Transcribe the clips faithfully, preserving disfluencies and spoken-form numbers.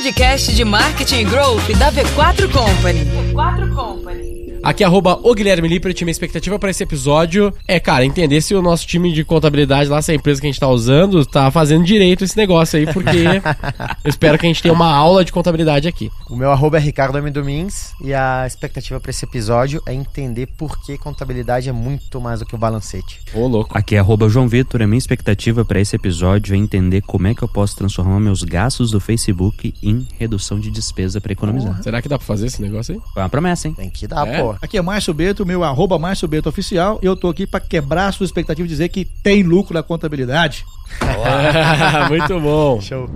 podcast de Marketing e Growth da V quatro Company. V quatro Company. Aqui é arroba o Guilherme Lippert. Minha expectativa para esse episódio é, cara, entender se o nosso time de contabilidade lá, se a empresa que a gente tá usando, tá fazendo direito esse negócio aí, porque eu espero que a gente tenha uma aula de contabilidade aqui. O meu arroba é Ricardo M. Domingues e a expectativa para esse episódio é entender por que contabilidade é muito mais do que o balancete. Ô, louco. Aqui é arroba João Vitor. A minha expectativa para esse episódio é entender como é que eu posso transformar meus gastos do Facebook em redução de despesa para economizar. Porra. Será que dá pra fazer esse negócio aí? Foi uma promessa, hein? Tem que dar, É? pô. Aqui é Márcio Beto, meu arroba Márcio Beto Oficial. Eu tô aqui pra quebrar a sua expectativa e dizer que tem lucro na contabilidade. Muito bom. Show.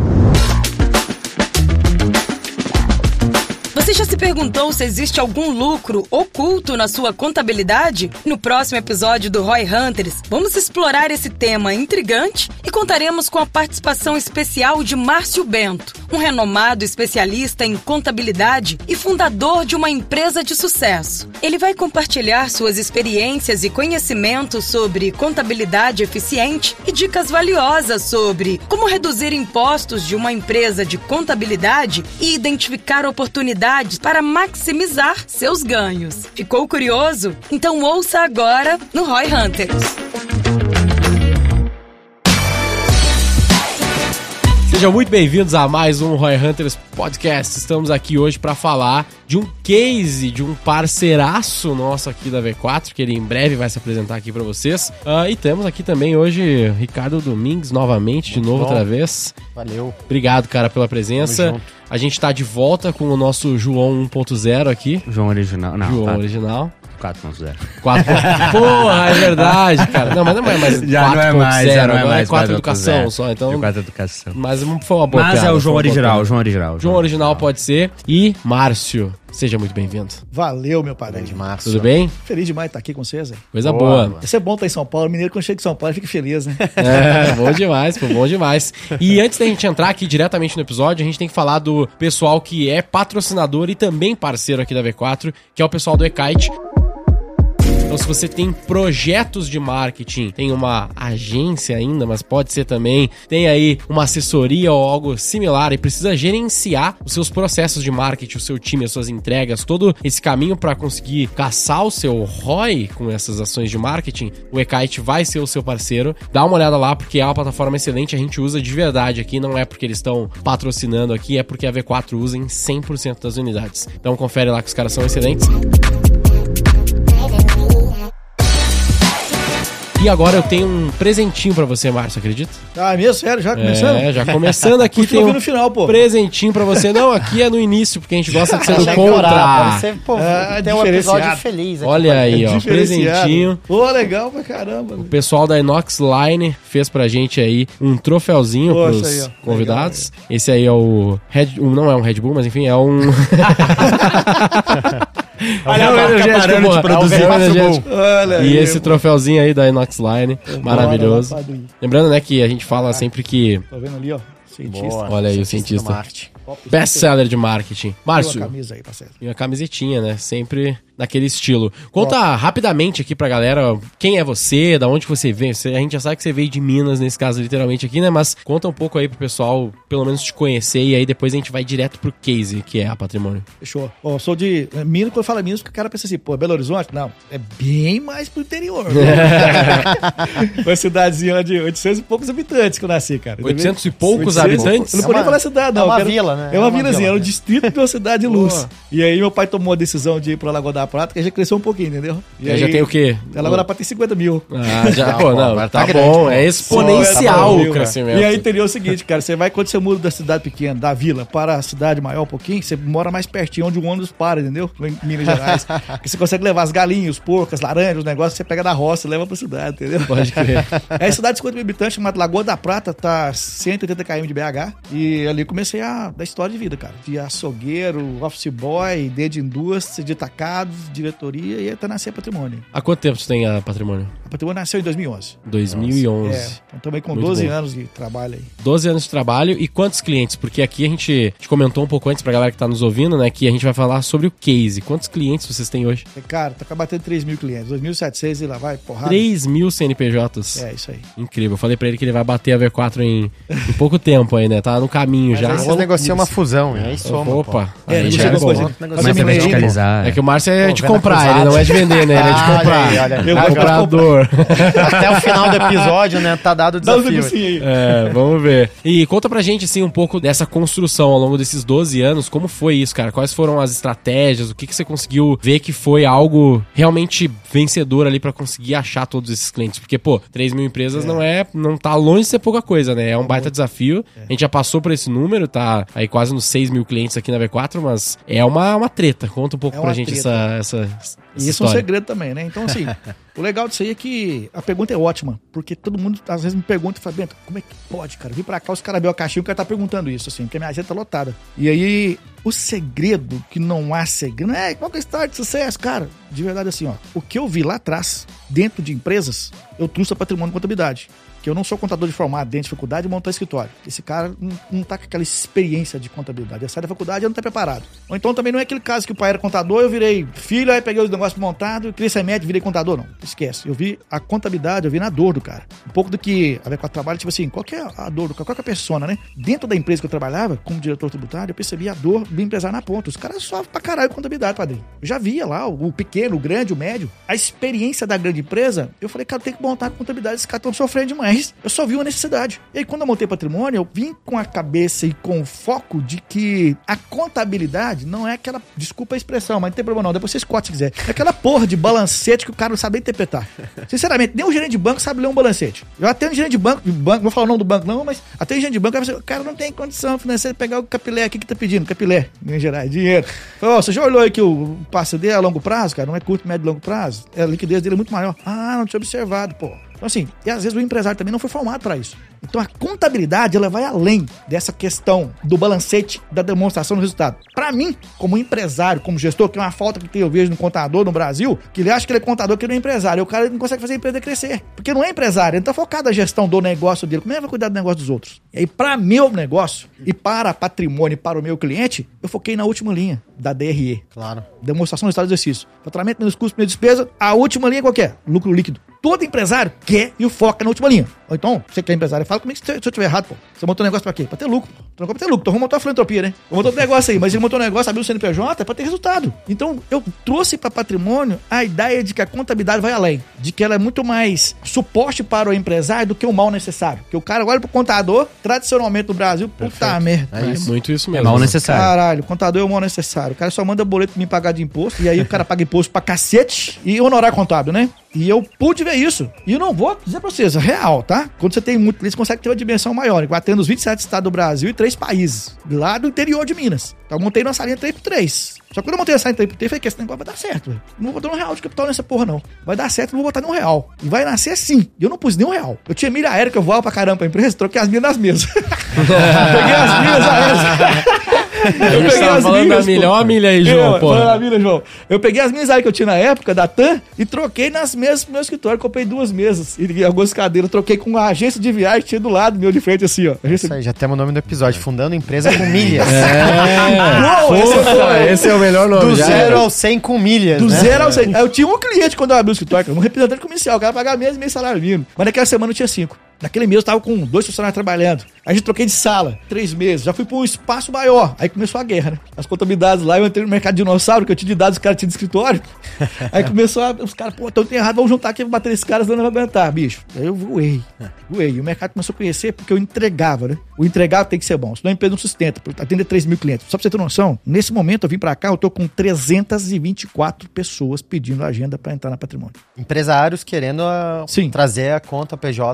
Você já se perguntou se existe algum lucro oculto na sua contabilidade? No próximo episódio do Roy Hunters, vamos explorar esse tema intrigante e contaremos com a participação especial de Márcio Bento, um renomado especialista em contabilidade e fundador de uma empresa de sucesso. Ele vai compartilhar suas experiências e conhecimentos sobre contabilidade eficiente e dicas valiosas sobre como reduzir impostos de uma empresa de contabilidade e identificar oportunidades para maximizar seus ganhos. Ficou curioso? Então ouça agora no Roy Hunters. Sejam muito bem-vindos a mais um Roy Hunters Podcast. Estamos aqui hoje para falar de um case, de um parceiraço nosso aqui da V quatro, que ele em breve vai se apresentar aqui para vocês. Uh, e temos aqui também hoje Ricardo Domingues novamente, de novo bom. outra vez. Valeu. Obrigado, cara, pela presença. Tamo junto. A gente tá de volta com o nosso João um ponto zero aqui. João original. Não, João tá. original. quatro ponto zero. quatro. Porra, é verdade, cara. Não, mas não é mais Já não é mais, já não é agora mais é quatro quatro ponto educação zero. só, então. quatro educação. Mas foi uma boa Mas piada, é o foi João uma boa original, piada. o João original. João original pode ser. E Márcio, seja muito bem-vindo. Valeu, meu padrinho. Grande Márcio. Tudo bem? Feliz demais de estar aqui com vocês, hein? Coisa Boa. boa. Isso é bom estar em São Paulo. Mineiro, quando chega em São Paulo, fica feliz, né? É, bom demais, pô, bom demais. E antes da gente entrar aqui diretamente no episódio, a gente tem que falar do pessoal que é patrocinador e também parceiro aqui da V quatro, que é o pessoal do eKite. Então, se você tem projetos de marketing, tem uma agência ainda, mas pode ser também, tem aí uma assessoria ou algo similar e precisa gerenciar os seus processos de marketing, o seu time, as suas entregas, todo esse caminho para conseguir caçar o seu R O I com essas ações de marketing, o eKite vai ser o seu parceiro. Dá uma olhada lá, porque é uma plataforma excelente, a gente usa de verdade aqui, não é porque eles estão patrocinando aqui, é porque a V quatro usa em cem por cento das unidades. Então confere lá que os caras são excelentes. E agora eu tenho um presentinho pra você, Márcio, acredita? Ah, mesmo? Sério? Já começando? É, já começando aqui Continua tem um no final, pô. presentinho pra você. Não, aqui é no início, porque a gente gosta de ser do Achei que ia orar, contra. pode ser, pô, Ah, tem um episódio diferenciado. feliz aqui. Olha aí, ó, Diferenciado. presentinho. Pô, legal pra caramba. O pessoal da Inox Line fez pra gente aí um troféuzinho Poxa pros aí, ó. convidados. Esse aí é o Red, um, não é um Red Bull, mas enfim, é um... Olha, É um a marca energético, parando porra. de produzir. É um energético. Olha E aí, esse pô. troféuzinho aí da Inox Line, maravilhoso. Bora lá, padrinho. Lembrando, né, que a gente fala sempre que... Tá vendo ali, ó? Cientista. Boa. Olha aí o do cientista. marketing. Top. Best-seller de marketing. Deu Márcio, a camisa aí, tá certo. e uma camisetinha, né? Sempre naquele estilo. Conta rapidamente aqui pra galera quem é você, da onde que você veio. Você- A gente já sabe que você veio de Minas, nesse caso, literalmente aqui, né? Mas conta um pouco aí pro pessoal, pelo menos te conhecer, e aí depois a gente vai direto pro case, que é a Patrimônio. Fechou. Ó, eu sou de é, Minas, quando eu falo Minas, porque o cara pensa assim, pô, Belo Horizonte? Não, é bem mais pro interior. Uma cidadezinha de oitocentos e poucos habitantes que eu nasci, cara. oitocentos e poucos oitocentos habitantes? Eu não É podia uma- falar cidade, não. é uma eu quero- vila, né? É uma É uma vilazinha, vila, era um né? distrito de uma cidade de luz. Boa. E aí meu pai tomou a decisão de ir pra Lagoa da Prata, que já cresceu um pouquinho, entendeu? E Aí já tem o quê? A Lagoa da Prata tem cinquenta mil. Ah, já, Não, pô, pô, não, agora tá, tá grande, bom, pô. é exponencial Pô, tá o crescimento. E aí entendeu o seguinte, cara, você vai, quando você muda da cidade pequena, da vila, para a cidade maior um pouquinho, você mora mais pertinho, onde o ônibus para, entendeu? Lá em Minas Gerais. Que você consegue levar as galinhas, os porcos, as laranjas, os negócios, você pega da roça e leva pra cidade, entendeu? Pode crer. É a cidade de cinquenta mil habitantes, chamada Lagoa da Prata, tá cento e oitenta quilômetros de B H. E ali comecei a dar história de vida, cara. De açougueiro, office boy, D de indústria, de tacados, diretoria e até nascer patrimônio. Há quanto tempo você tem a Patrimônio? A Patrimônio nasceu em dois mil e onze. dois mil e onze. É, então também com Muito doze bom. anos de trabalho aí. doze anos de trabalho e quantos clientes? Porque aqui a gente, a gente comentou um pouco antes pra galera que tá nos ouvindo, né? Que a gente vai falar sobre o case. Quantos clientes vocês têm hoje? Cara, tá batendo três mil clientes. dois mil e setecentos e lá vai, porrada. três mil C N P Js. É, isso aí. Incrível. Eu falei pra ele que ele vai bater a V quatro em, em pouco tempo aí, né? Tá no caminho Mas já. aí vocês negociam uma fusão, e aí soma. Opa. É, Aí negocia já é uma bom. coisa. Negocia Fazer Começa a uma lei. verticalizar. É que o Márcio é Pô, de vendo comprar, cruzado. ele não é de vender, né? Ele é de Ah, comprar. olha aí, olha aí. É Eu gosto de comprador. Até o final do episódio, né? Tá dado o Dá um desafio. negocinho aí. É, vamos ver. E conta pra gente, assim, um pouco dessa construção ao longo desses doze anos. Como foi isso, cara? Quais foram as estratégias? O que, que você conseguiu ver que foi algo realmente vencedor ali pra conseguir achar todos esses clientes? Porque, pô, três mil empresas É. não é, não tá longe de ser pouca coisa, né? É um baita desafio. A gente já passou por esse número, tá aí quase nos seis mil clientes aqui na V quatro, mas é uma, uma treta. Conta um pouco É pra uma gente treta. essa, essa, essa E isso é um história. segredo também, né? Então, assim, o legal disso aí é que a pergunta é ótima, porque todo mundo às vezes me pergunta e fala, Bento, como é que pode, cara? Eu vim pra cá, os caras abriu a caixinha e o cara tá perguntando isso, assim, porque a minha agenda tá lotada. E aí, o segredo, que não há segredo, não é qual que é a história de sucesso, cara? De verdade, assim, ó, o que eu vi lá atrás, dentro de empresas, eu trouxe a Patrimônio e Contabilidade. Que eu não sou contador de formado dentro de faculdade e montar escritório. Esse cara não, não tá com aquela experiência de contabilidade. Ele sai da faculdade e não tá preparado. Ou então também não é aquele caso que o pai era contador, eu virei filho, aí peguei os negócios montados, criei essa média e virei contador. Não, esquece. Eu vi a contabilidade, eu vi na dor do cara. Um pouco do que a V quatro trabalha, tipo assim, qual que é a dor do cara? Qual que é a persona, né? Dentro da empresa que eu trabalhava, como diretor tributário, eu percebi a dor do empresário na ponta. Os caras sofrem pra caralho com contabilidade, padrinho. Eu já via lá o pequeno, o grande, o médio. A experiência da grande empresa, eu falei, cara, tem que montar contabilidade, esses caras estão sofrendo demais. Eu só vi uma necessidade. E aí, quando eu montei Patrimônio, eu vim com a cabeça e com o foco de que a contabilidade não é aquela, desculpa a expressão, mas não tem problema não, depois vocês cortam se quiser. É aquela porra de balancete que o cara não sabe interpretar. Sinceramente, nem o gerente de banco sabe ler um balancete. Eu atendo gerente de banco, de banco, não vou falar o nome do banco não, mas atendo gerente de banco, o cara não tem condição financeira de pegar o capilé aqui que tá pedindo, capilé, em geral, dinheiro. Falei, ó, você já olhou aí que o passo dele é a longo prazo, cara? Não é curto, médio e longo prazo? É, a liquidez dele é muito maior. Ah, não tinha observado, pô. Então, assim, e às vezes o empresário também não foi formado para isso. Então, a contabilidade, ela vai além dessa questão do balancete, da demonstração do resultado. Para mim, como empresário, como gestor, que é uma falta que eu vejo no contador no Brasil, que ele acha que ele é contador, que ele não é empresário. O cara não consegue fazer a empresa crescer, porque não é empresário. Ele tá focado na gestão do negócio dele. Como é que vai cuidar do negócio dos outros? E aí, para meu negócio, e para patrimônio, e para o meu cliente, eu foquei na última linha da D R E. Claro. Demonstração do estado do exercício. Faturamento menos custo, menos despesa. A última linha qual que é? Lucro líquido. Todo empresário quer e o foca na última linha. Ou então, você que é empresário, fala comigo se eu estiver errado, pô. Você montou um negócio pra quê? Pra ter lucro, pô. Então, pra ter lucro. Então, vamos montar a filantropia, né? Vamos montar um negócio aí. Mas ele montou um negócio, abriu o C N P J, é pra ter resultado. Então, eu trouxe pra patrimônio a ideia de que a contabilidade vai além. De que ela é muito mais suporte para o empresário do que o mal necessário. Porque o cara olha pro contador, tradicionalmente no Brasil, puta Perfeito. merda. É É isso. muito isso É mesmo. mal né? necessário. Caralho, o contador é o mal necessário. O cara só manda boleto pra mim pagar de imposto. E aí o cara paga imposto pra cacete e honorário contábil, né? E eu pude ver isso. E eu não vou dizer pra vocês, é real, tá? Quando você tem muito, você consegue ter uma dimensão maior. Eu atendo os vinte e sete estados do Brasil e três países. Lá do interior de Minas. Então eu montei uma salinha três por três. Só que quando eu montei a salinha três por três, eu falei que esse negócio vai dar certo, velho. Não vou botar um real de capital nessa porra, não. Vai dar certo, não vou botar nenhum real. E vai nascer assim. E eu não pus nenhum real. Eu tinha milha aérea que eu voava pra caramba pra empresa, troquei as milhas nas mesas. Peguei as milhas aéreas. A gente tava falando da milha. Ó a milha aí, João, eu, pô. falando da milha, João. Eu peguei as milhas aí que eu tinha na época, da T A M, e troquei nas mesas pro meu escritório. Comprei duas mesas e algumas cadeiras. Troquei com uma agência de viagem que tinha do lado meu, de frente, assim, ó. Agência... Isso aí, já temos o nome do episódio. Fundando empresa com milhas. É. Uou, esse é Poxa, bom. esse é o melhor nome. Do já zero era. ao cem com milhas, Do né? zero ao cem. Eu tinha um cliente quando eu abri o escritório, cara, um representante comercial. O cara pagava mês e mês salário mínimo. Mas naquela semana eu tinha cinco. Naquele mês eu tava com dois funcionários trabalhando. Aí a gente troquei de sala, três meses. Já fui pra um espaço maior. Aí começou a guerra, né? As contabilidades lá, eu entrei no mercado de dinossauro, que eu tinha de dados, os caras tinham de escritório. Aí começou a... Os caras, pô, então tem errado, vamos juntar aqui, vou bater esses caras, não vai aguentar, bicho. Aí eu voei. Voei. E o mercado começou a conhecer porque eu entregava, né? O entregável tem que ser bom, senão a empresa não sustenta. Atender três mil clientes. Só pra você ter noção, nesse momento eu vim pra cá, eu tô com trezentas e vinte e quatro pessoas pedindo agenda pra entrar na Patrimônio. Empresários querendo a- Sim. trazer a conta P J pra, Exatamente.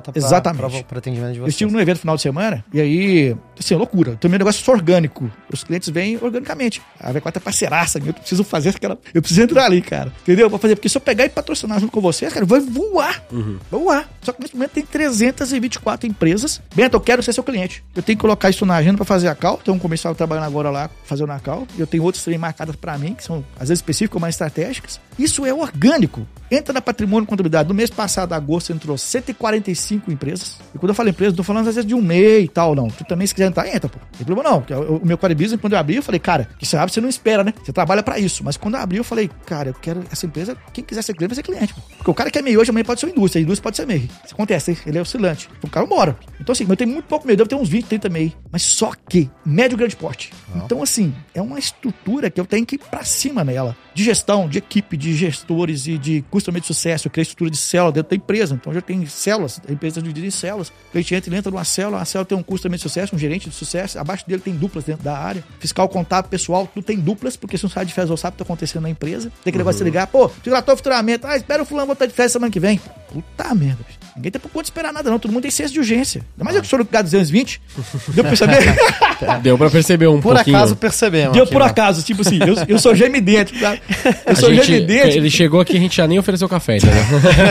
Exatamente. Para o atendimento de Eu vocês. estive num evento no final de semana, e aí, assim, loucura. Também o negócio é orgânico. Os clientes vêm organicamente. A V quatro é parceiraça, eu preciso fazer aquela... Eu preciso entrar ali, cara. Entendeu? Pra fazer, porque se eu pegar e patrocinar junto com vocês, cara, vai voar. Uhum. Vai voar. Só que nesse momento tem trezentas e vinte e quatro empresas. Bento, eu quero ser seu cliente. Eu tenho que colocar isso na agenda pra fazer a call. Tem um comercial trabalhando agora lá, fazendo a call. Eu tenho outros também marcadas pra mim, que são, às vezes, específicas, mais estratégicas. Isso é orgânico. Entra na Patrimônio e Contabilidade. No mês passado, agosto, entrou cento e quarenta e cinco empresas. E quando eu falo empresa, não tô falando às vezes de um mês e tal, não. Tu também, se quiser entrar, entra, pô. Não tem problema não. O meu Core Business, quando eu abri, eu falei, cara, que você abre, você não espera, né? Você trabalha pra isso. Mas quando eu abri, eu falei, cara, eu quero essa empresa, quem quiser ser cliente, vai ser cliente, pô. Porque o cara que é meio hoje, amanhã pode ser uma indústria. A indústria pode ser meio. Isso acontece, ele é oscilante. O cara mora. Então, assim, eu tenho muito pouco meio, deve ter uns vinte, trinta meio. Mas só que, médio e grande porte. Não. Então, assim, é uma estrutura que eu tenho que ir pra cima nela. De gestão, de equipe, de gestores e de custo de sucesso. Eu criei estrutura de célula dentro da empresa. Então, já tem células, a empresa é dividida em células. O cliente entra, ele entra numa célula, a célula tem um custo de sucesso, um gerente de sucesso. Abaixo dele tem duplas dentro da área. Fiscal, contábil, pessoal, tudo tem duplas, porque se não sai de férias ou sabe o que está acontecendo na empresa. Tem que uhum. negócio de ligar, pô, diretor de faturamento, ah, espera o fulano voltar de férias semana que vem. Puta merda, bicho. Ninguém tem por conta de esperar nada, não. Todo mundo tem senso de urgência. Ainda mais eu que sou ligado duzentos e vinte. Deu pra perceber? Deu pra perceber um por pouquinho. Por acaso percebemos. Deu aqui, por né? acaso, tipo assim, eu, eu sou gemidente, sabe? Eu a sou gente, gemidente. Ele chegou aqui e a gente já nem ofereceu café, entendeu?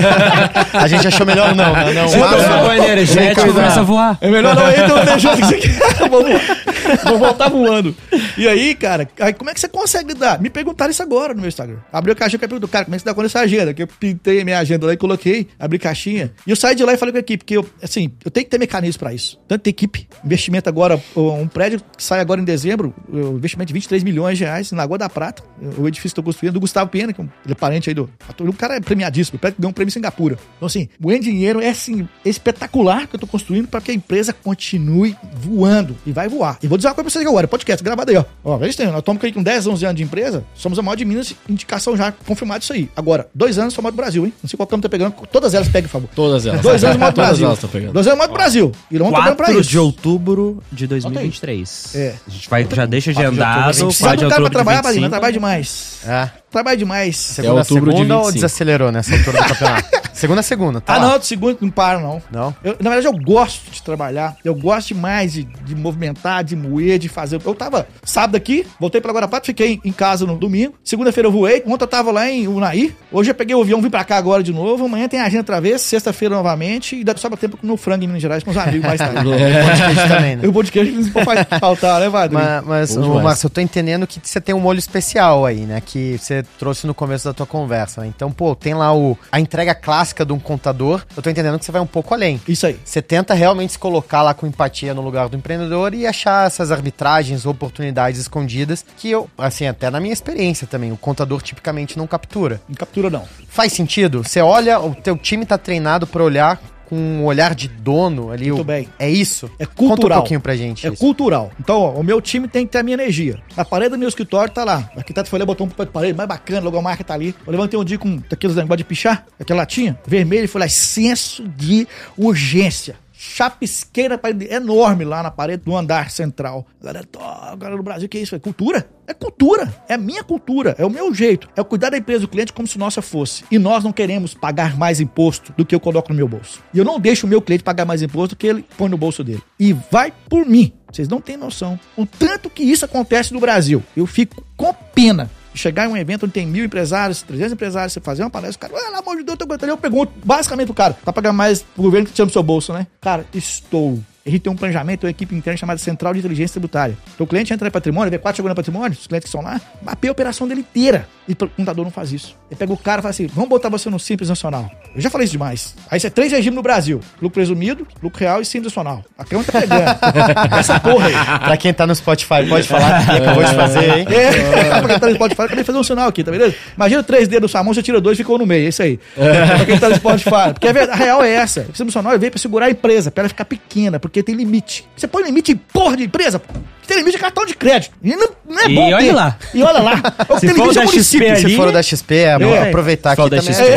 A gente achou melhor não. Não, não. O energético começa a voar. É melhor não, então deixa isso aqui. Vou, vou voltar voando. E aí, cara, aí como é que você consegue lidar? Me perguntaram isso agora no meu Instagram. Abri a caixinha e perguntou, cara, como é que você dá conta dessa agenda? Que eu pintei a minha agenda lá e coloquei, abri caixinha. E eu saí de lá e falei com a equipe, porque eu, assim, eu tenho que ter mecanismo pra isso. Tanto tem equipe, investimento agora, um prédio que sai agora em dezembro, um investimento de vinte e três milhões de reais na Lagoa da Prata, o edifício que eu tô construindo, do Gustavo Pena, que é um, ele é parente aí do... O cara é premiadíssimo, o prédio ganhou um prêmio em Singapura. Então, assim, o dinheiro é, assim, espetacular que eu tô construindo pra que a empresa continue voando. E vai voar. E vou dizer uma coisa pra vocês agora, podcast gravado aí, ó. Ó, veja tem, nós estamos com dez, onze anos de empresa, somos a maior de Minas, indicação já confirmado isso aí. Agora, dois anos só maior do Brasil, hein? Não sei qual câmera tá pegando, todas elas peguem, por favor. Todas elas. Dois anos maior do Todas Brasil. elas estão pegando. Dois anos maior do Brasil. E não pegando pra isso. quatro de outubro de dois mil e vinte e três. É. A gente vai, já deixa agendado. Sabe o cara pra trabalhar, Padrinho? Trabalha demais. É. Trabalha demais. Segunda, é outubro segunda de ou vinte e cinco. desacelerou nessa altura do campeonato? Segunda, segunda, tá Ah, lá. não, do segundo não para, não. Não? Eu, na verdade, eu gosto de trabalhar. Eu gosto demais de, de movimentar, de moer, de fazer. Eu tava sábado aqui, voltei pra Guarapata, fiquei em casa no domingo. Segunda-feira eu voei. Ontem eu tava lá em Unai. Hoje eu peguei o avião, vim pra cá agora de novo. Amanhã tem agenda outra vez, sexta-feira novamente. E dá sobra tempo no frango em Minas Gerais com os amigos mais tarde. O podcast também, né? O podcast não pode faltar, né, Vadri? Mas, mas ô, Márcio, eu tô entendendo que você tem um molho especial aí, né? Que você trouxe no começo da tua conversa, né? Então, pô, tem lá o, a entrega clássica de um contador. Eu tô entendendo que você vai um pouco além. Isso aí. Você tenta realmente se colocar lá com empatia no lugar do empreendedor e achar essas arbitragens, oportunidades escondidas que eu, assim, até na minha experiência também, o contador tipicamente não captura. Não captura, não. Faz sentido? Você olha, o teu time tá treinado pra olhar com um olhar de dono ali. Muito o... bem. É isso? É cultural. Conta um pouquinho pra gente. É isso. cultural. Então, ó, o meu time tem que ter a minha energia. A parede do meu escritório tá lá. O arquiteto foi lá, botou um papel de parede mais bacana, logomarca tá ali. Eu levantei um dia com aqueles negócios de pichar, aquela latinha vermelha, e foi lá, senso de urgência. Chapisqueira enorme lá na parede do andar central. Galera, oh, galera do Brasil, que é isso? É cultura? É cultura. É a minha cultura. É o meu jeito. É cuidar da empresa do cliente como se nossa fosse. E nós não queremos pagar mais imposto do que eu coloco no meu bolso. E eu não deixo o meu cliente pagar mais imposto do que ele põe no bolso dele. E vai por mim. Vocês não têm noção. O tanto que isso acontece no Brasil. Eu fico com pena. Chegar em um evento onde tem mil empresários, trezentos empresários, você fazer uma palestra, o cara, pelo amor de Deus, eu tô aguentando. Eu pergunto basicamente pro cara, tá pagando mais pro governo que tira no seu bolso, né? Cara, estou. A gente tem um planejamento, uma equipe interna chamada Central de Inteligência Tributária. Então o cliente entra em patrimônio, V quatro chegou no patrimônio, os clientes que estão lá, mapeia a operação dele inteira. E o contador não faz isso. Ele pega o cara e fala assim, vamos botar você no Simples Nacional. Eu já falei isso demais. Aí você tem três regimes no Brasil. Lucro presumido, lucro real e Simples Nacional. Aqui é onde tá pegando. Essa porra aí. Pra quem tá no Spotify, pode falar que acabou de fazer, hein? É, pra quem tá no Spotify, acabei de fazer um sinal aqui, tá beleza? Imagina três dedos do sua mão, você tira dois e ficou no meio, é isso aí. Pra quem tá no Spotify. Porque a, verdade, a real é essa. O Simples Nacional veio pra segurar a empresa, pra ela ficar pequena, porque tem limite. Você põe limite em porra de empresa, pô. Tem limite de cartão de crédito. E não, não é e bom olha ter. lá. E olha lá. Se tem for limite da é município. X P ali, Se for da X P, é bom É. aproveitar Se aqui for da também. X P.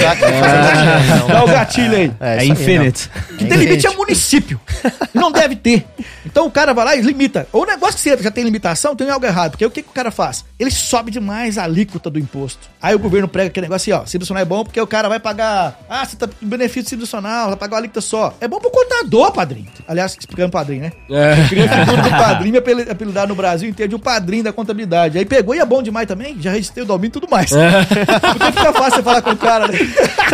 É. Dá o gatilho aí. É, isso aí, infinite. Que tem limite é município. E não deve ter. Então o cara vai lá e limita. O negócio que você já tem limitação, tem algo errado. Porque o que, que o cara faz? Ele sobe demais a alíquota do imposto. Aí o governo prega aquele negócio assim, ó, Simples Nacional é bom porque o cara vai pagar, ah, você tá com benefício Simples Nacional, vai pagar uma alíquota só. É bom pro contador, padrinho. Aliás, explicando padrinho, né? É. Eu queria a figura do padrinho, me apelidar no Brasil inteiro de um padrinho da contabilidade. Aí pegou e é bom demais também, já registrei o domínio e tudo mais. É. Porque fica fácil você falar com o cara, né?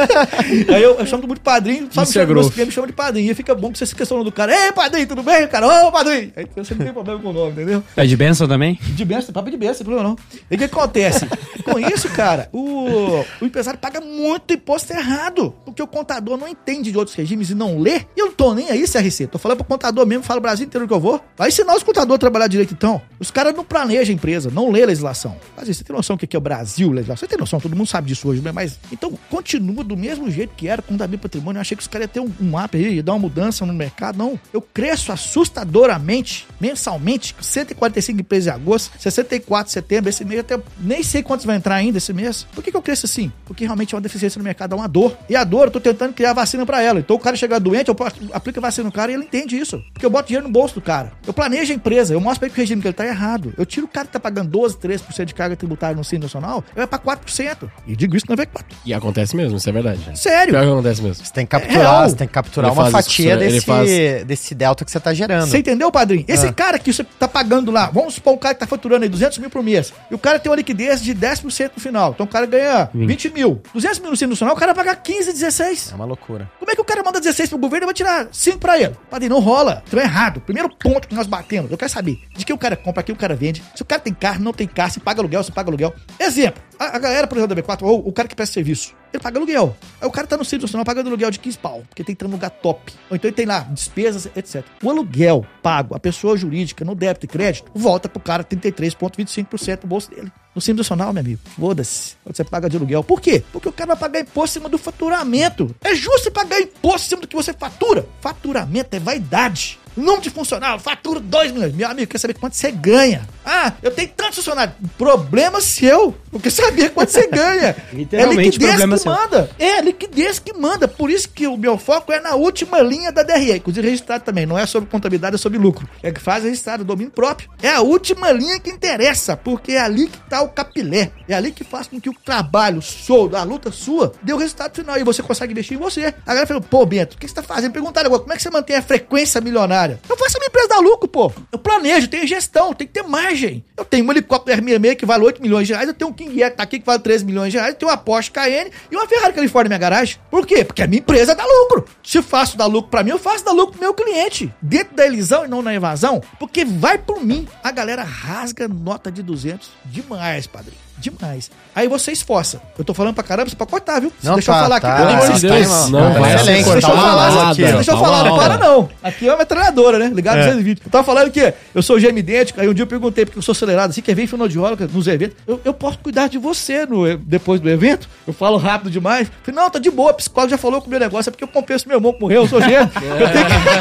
Aí eu, eu chamo muito de padrinho, sabe? Isso é Meus grosso. clientes me chamam de padrinho. E fica bom que você se questiona do cara, ei, padrinho, tudo bem, cara? Ô, padrinho! Aí você não tem problema com o nome, entendeu? É de bênção também? De bênção, papo de bênção, não tem problema não. E o que acontece? Com isso, cara, o, o empresário paga muito imposto errado, porque o contador não entende de outros regimes e não lê. E eu não tô nem aí, C R C. Tô falando pro contador mesmo, falo o Brasil inteiro que eu vou. Vai ensinar os contadores a trabalhar direito, então. Os caras não planejam a empresa, não lê a legislação. Mas você tem noção do que é o Brasil, legislação? Você tem noção, todo mundo sabe disso hoje, né? Mas, então, continua do mesmo jeito que era com o Davi Patrimônio. Eu achei que os caras iam ter um, um up aí, ia dar uma mudança no mercado. Não, eu cresço assustadoramente, mensalmente, cento e quarenta e cinco empresas em agosto, sessenta e quatro de setembro, esse mês até nem sei quantos vai entrar ainda esse mês. Por que que eu cresço assim? Porque realmente é uma deficiência no mercado, é uma dor. E a dor, eu tô tentando criar vacina pra ela. Então o cara chega doente, eu aplico a vacina no cara e ele entende isso. Porque eu boto dinheiro no bolso do cara. Eu planejo a empresa, eu mostro pra ele que o regime que ele tá errado. Eu tiro o cara que tá pagando doze, treze por cento de carga tributária no Simples Nacional, eu vai pra quatro por cento. E digo isso na V quatro. E acontece mesmo, isso é verdade. Sério? Pior que acontece mesmo. Você tem que capturar, É, você tem que capturar ele uma faz fatia isso, ele desse, faz- desse delta que você tá gerando. Você entendeu, padrinho? Esse Ah. cara que você tá pagando lá, vamos supor um cara que tá faturando aí duzentos mil por mês, e o cara tem uma liquidez de dez por cento no final. Então o cara ganha vinte mil. duzentos mil no Simples Nacional, o cara vai pagar quinze, dezesseis. É uma loucura. Como é que o cara manda dezesseis pro governo e vai tirar cinco pra ele? Padre, não rola. Então é errado. Primeiro ponto que nós batemos. Eu quero saber de que o cara compra, que o cara vende. Se o cara tem carro, não tem carro, se paga aluguel, se paga aluguel. Exemplo, a, a galera, por exemplo, da B quatro, ou o cara que presta serviço, ele paga aluguel. Aí o cara tá no Simples Nacional pagando aluguel de quinze pau, porque tem que estar num lugar top. Ou então ele tem lá despesas, etcétera. O aluguel pago, a pessoa jurídica, no débito e crédito, volta pro cara trinta e três vírgula vinte e cinco por cento do bolso dele. No Simples Nacional, meu amigo, foda-se. Quando você paga de aluguel. Por quê? Porque o cara vai pagar imposto em cima do faturamento. É justo você pagar imposto em cima do que você fatura. Faturamento é vaidade. Número de funcionário, fatura dois milhões. Meu amigo, quer saber quanto você ganha? Ah, eu tenho tantos funcionários. Problema seu. Eu quero saber quanto você ganha. Literalmente, é liquidez problema que seu. manda. É liquidez que manda. Por isso que o meu foco é na última linha da D R E. Inclusive registrado também. Não é sobre contabilidade, é sobre lucro. É que faz registrado, domínio próprio. É a última linha que interessa. Porque é ali que tá o capilé. É ali que faz com que o trabalho, o soldo, a luta sua, dê o resultado final. E você consegue investir em você. A galera falou, pô, Bento, o que você tá fazendo? Perguntaram agora, como é que você mantém a frequência milionária? Eu faço a minha empresa dar lucro, pô. Eu planejo, tenho gestão, tem que ter margem. Eu tenho um helicóptero R sessenta e seis que vale oito milhões de reais, eu tenho um King Air que tá aqui que vale treze milhões de reais, eu tenho uma Porsche Cayenne e uma Ferrari Califórnia na minha garagem. Por quê? Porque a minha empresa dá lucro. Se eu faço dar lucro pra mim, eu faço dar lucro pro meu cliente. Dentro da elisão e não na evasão, porque vai por mim. A galera rasga nota de duzentos demais, padrinho. Demais. Aí você esforça. Eu tô falando pra caramba, você pode cortar, viu? Não, Deixa tá, eu falar tá. aqui. Pelo amor de Tá, Deus, tá, não tá vai excelente, ser Deixa eu tá falar, uma aula aqui, aqui, ó. Deixa eu Tá falar, uma não aula. para não. Aqui é uma metralhadora, né? Ligado duzentos e vinte. Eu tava falando que eu sou gêmeo idêntico, aí um dia eu perguntei, porque eu sou acelerado, assim, quer ver fonoaudióloga nos eventos? Eu, eu posso cuidar de você no, depois do evento? Eu falo rápido demais. Falei, não, tá de boa, a psicóloga já falou que o meu negócio é porque eu compenso meu irmão que morreu, eu sou gêmeo. Eu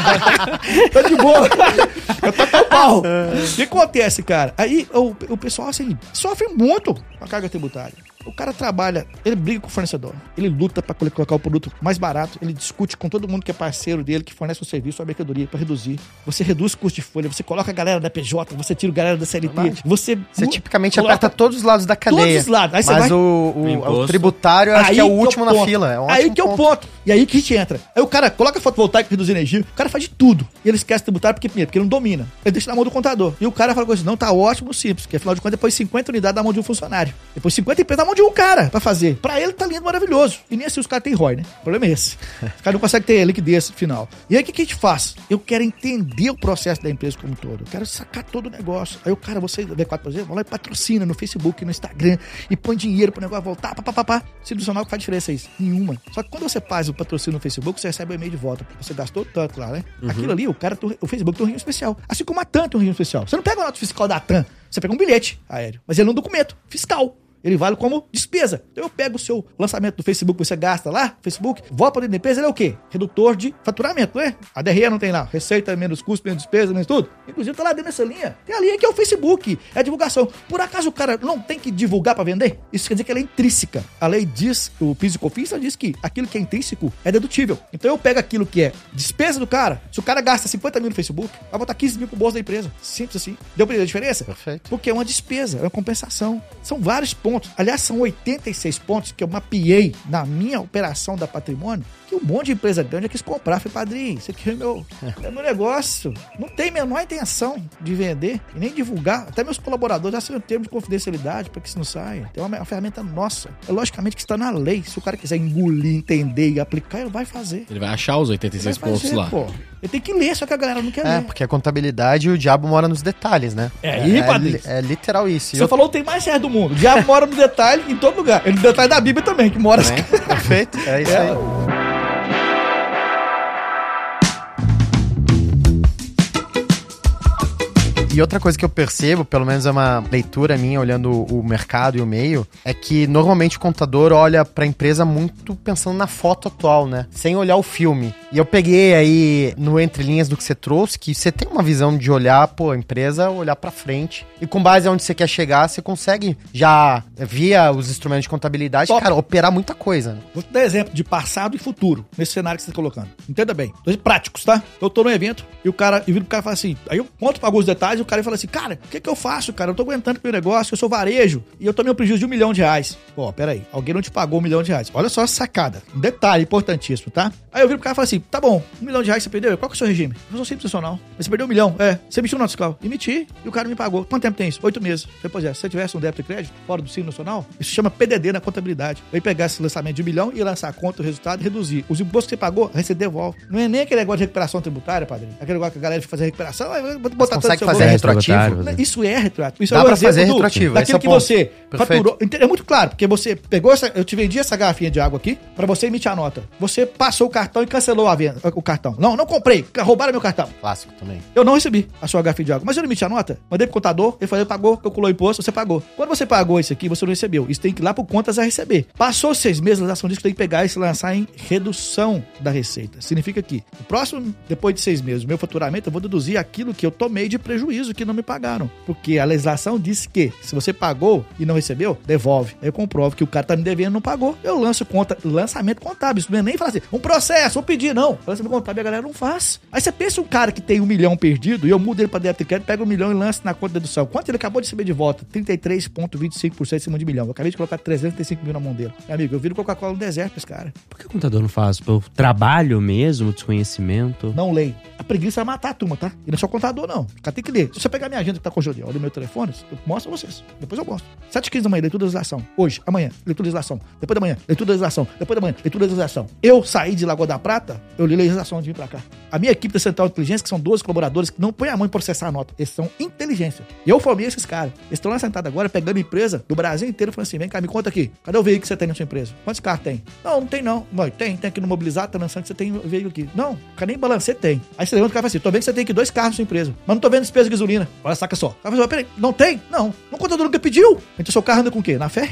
tenho que... tá de boa. Eu tô com o pau. O que acontece, cara? Aí o, o pessoal, assim, sofre muito com a carga tributária. O cara trabalha, ele briga com o fornecedor, ele luta para colocar o produto mais barato, ele discute com todo mundo que é parceiro dele, que fornece o serviço, a mercadoria, para reduzir. Você reduz o custo de folha, você coloca a galera da P J, você tira a galera da C L T, você... Você tipicamente coloca aperta todos os lados da cadeia. todos os lados. Aí você Mas vai... o, o- O o imposto. tributário, eu acho Aí que é o que último é o na ponto. fila. É um Aí ótimo que é o ponto. E aí que a gente entra. Aí o cara coloca fotovoltaico, reduz energia, o cara faz de tudo. E ele esquece tributário porque, primeiro, porque ele não domina. Ele deixa na mão do contador. E o cara fala assim, não, tá ótimo, simples. Porque afinal de contas, depois cinquenta unidades na mão de um funcionário. Depois cinquenta empresas na mão de um cara pra fazer. Pra ele tá lindo, maravilhoso. E nem assim os caras têm R O I, né? O problema é esse. Os caras não conseguem ter liquidez final. E aí o que, que a gente faz? Eu quero entender o processo da empresa como um todo. Eu quero sacar todo o negócio. Aí o cara, você, V quatro, por exemplo, vai lá e patrocina no Facebook, no Instagram, e põe dinheiro pro negócio voltar, papapá. Institucional, que faz diferença isso? Nenhuma. Só que quando você faz o patrocínio no Facebook, você recebe o e-mail de volta. Você gastou tanto lá, né? Uhum. Aquilo ali, o cara, o Facebook tem um regime especial. Assim como a TAM tem um regime especial. Você não pega a nota fiscal da TAM, você pega um bilhete aéreo, mas ele é um documento fiscal. Ele vale como despesa. Então eu pego o seu lançamento do Facebook, você gasta lá, Facebook, volta para dentro da empresa, ele é o quê? Redutor de faturamento, né? A D R E não tem lá. Receita, menos custo, menos despesa, menos tudo. Inclusive tá lá dentro dessa linha. Tem a linha que é o Facebook, é a divulgação. Por acaso o cara não tem que divulgar para vender? Isso quer dizer que ela é intrínseca. A lei diz, o Físico-Cofins diz que aquilo que é intrínseco é dedutível. Então eu pego aquilo que é despesa do cara. Se o cara gasta cinquenta mil no Facebook, vai botar quinze mil pro bolso da empresa. Simples assim. Deu pra entender a diferença? Perfeito. Porque é uma despesa, é uma compensação. São vários pontos. Aliás, são oitenta e seis pontos que eu mapeei na minha operação da Patrimônio, que um monte de empresa grande quis comprar. Falei, padrinho, isso aqui é meu, é meu negócio. Não tem a menor intenção de vender e nem divulgar. Até meus colaboradores já assinam termos de confidencialidade para que isso não saia. Então é uma, uma ferramenta nossa. É logicamente que está na lei. Se o cara quiser engolir, entender e aplicar, ele vai fazer. Ele vai achar os oitenta e seis Ele vai fazer, pontos lá. Pô. Ele tem que ler, só que a galera não quer É, ler. porque a contabilidade, o diabo mora nos detalhes, né? É aí, é, padrinho. é, é literal isso. E Você eu falou tem mais certo do mundo. O diabo mora no detalhe em todo lugar. Ele no detalhe da Bíblia também, que mora... também. Perfeito, é isso É. aí. E outra coisa que eu percebo, pelo menos é uma leitura minha olhando o mercado e o meio, é que normalmente o contador olha pra empresa muito pensando na foto atual, né? Sem olhar o filme. E eu peguei aí no entre linhas do que você trouxe, que você tem uma visão de olhar, pô, a empresa, olhar pra frente. E com base onde você quer chegar, você consegue já, via os instrumentos de contabilidade, Top. cara, operar muita coisa. Né? Vou te dar exemplo de passado e futuro, nesse cenário que você está colocando. Entenda bem. Dois práticos, tá? Eu tô num evento e o cara, e vira pro cara e fala assim, aí eu conto pra alguns detalhes e o cara fala assim, cara, o que que eu faço, cara? Eu tô aguentando com o meu negócio, eu sou varejo e eu tomei um prejuízo de um milhão de reais. Pô, pera aí, alguém não te pagou um milhão de reais. Olha só essa sacada. Um detalhe importantíssimo, tá? Aí eu viro pro cara e falo assim, tá bom, um milhão de reais você perdeu? Qual que é o seu regime? Eu sou simples profissional. Mas você perdeu um milhão? É. Você emitiu nota fiscal? Emiti e o cara me pagou. Quanto tempo tem isso? Oito meses. Eu falei, pois é, se você tivesse um débito e crédito fora do Simples Nacional, isso chama P D D na contabilidade. Vai pegar esse lançamento de um milhão e lançar a conta, o resultado e reduzir. Os impostos que você pagou, aí você devolve. Não é nem aquele negócio de recuperação tributária, padrinho. Aquele negócio que a galera fica fazer recuperação, aí vai botar todo o consegue seu fazer bolso. retroativo? Né? Isso é retroativo. Isso Dá é um pra exemplo fazer do- retroativo, esse daquilo é o que ponto. você Perfeito. faturou. É muito claro, porque você pegou essa, eu te vendi essa garrafinha de água aqui pra você emitir a nota. Você passou o cartão e cancelou a venda, o cartão. Não, não comprei, roubaram meu cartão. Clássico também. Eu não recebi a sua garrafinha de água, mas eu não emiti a nota. Mandei pro contador, ele falou, pagou, calculou o imposto, você pagou. Quando você pagou isso aqui, você não recebeu. Isso tem que ir lá pro contas a receber. Passou seis meses, a legislação diz que tem que pegar e se lançar em redução da receita. Significa que o próximo, depois de seis meses, o meu faturamento, eu vou deduzir aquilo que eu tomei de prejuízo que não me pagaram. Porque a legislação diz que se você pagou e não recebeu, devolve. Aí eu comprovo que o cara tá me devendo e não pagou. Eu lanço conta, lançamento contábil. Isso não é nem falar assim, um processo, vou pedir, não. Lançamento contábil a galera não faz. Aí você pensa um cara que tem um milhão perdido e eu mudo ele pra débito e crédito, pega um milhão e lança na conta de dedução. Quanto ele acabou de receber de volta? trinta e três vírgula vinte e cinco por cento em cima de milhão. Eu acabei de colocar trezentos e trinta e cinco mil na mão dele. Meu amigo, eu viro Coca-Cola no deserto pra esse cara. Por que o contador não faz? Pelo trabalho mesmo, desconhecimento? Não leio. A preguiça vai matar a turma, tá? E não é só contador, não. O cara tem que ler. Se você pegar minha agenda que tá congelada, olha meu telefone, eu mostro pra vocês. Depois eu mostro. sete e quinze da manhã, leitura da legislação. Hoje, amanhã, leitura da legislação. Depois da manhã, leitura da legislação. Depois da manhã, leitura da legislação. Eu saí de Lagoa da Prata, eu li legislação de vir pra cá. A minha equipe da Central de Inteligência, que são doze colaboradores que não põem a mão em processar a nota. Eles são inteligência. E eu formei esses caras. Eles estão lá sentados agora, pegando empresa do Brasil inteiro, falando assim, vem cá, me conta aqui. Cadê o veículo que você tem na sua empresa? Quantos carros tem? Não, não tem não. Não, tem, tem aqui no Mobilizado, tá lançando que você tem um veículo aqui. Não, cara, nem balancete tem. Aí você levanta o cara e fala assim, tô vendo que você tem aqui dois carros na sua empresa, mas não tô vendo despesa de gasolina. Olha, saca só. Aí você fala, peraí, não tem? Não. Não contador nunca pediu. Então seu carro anda com o quê? Na fé?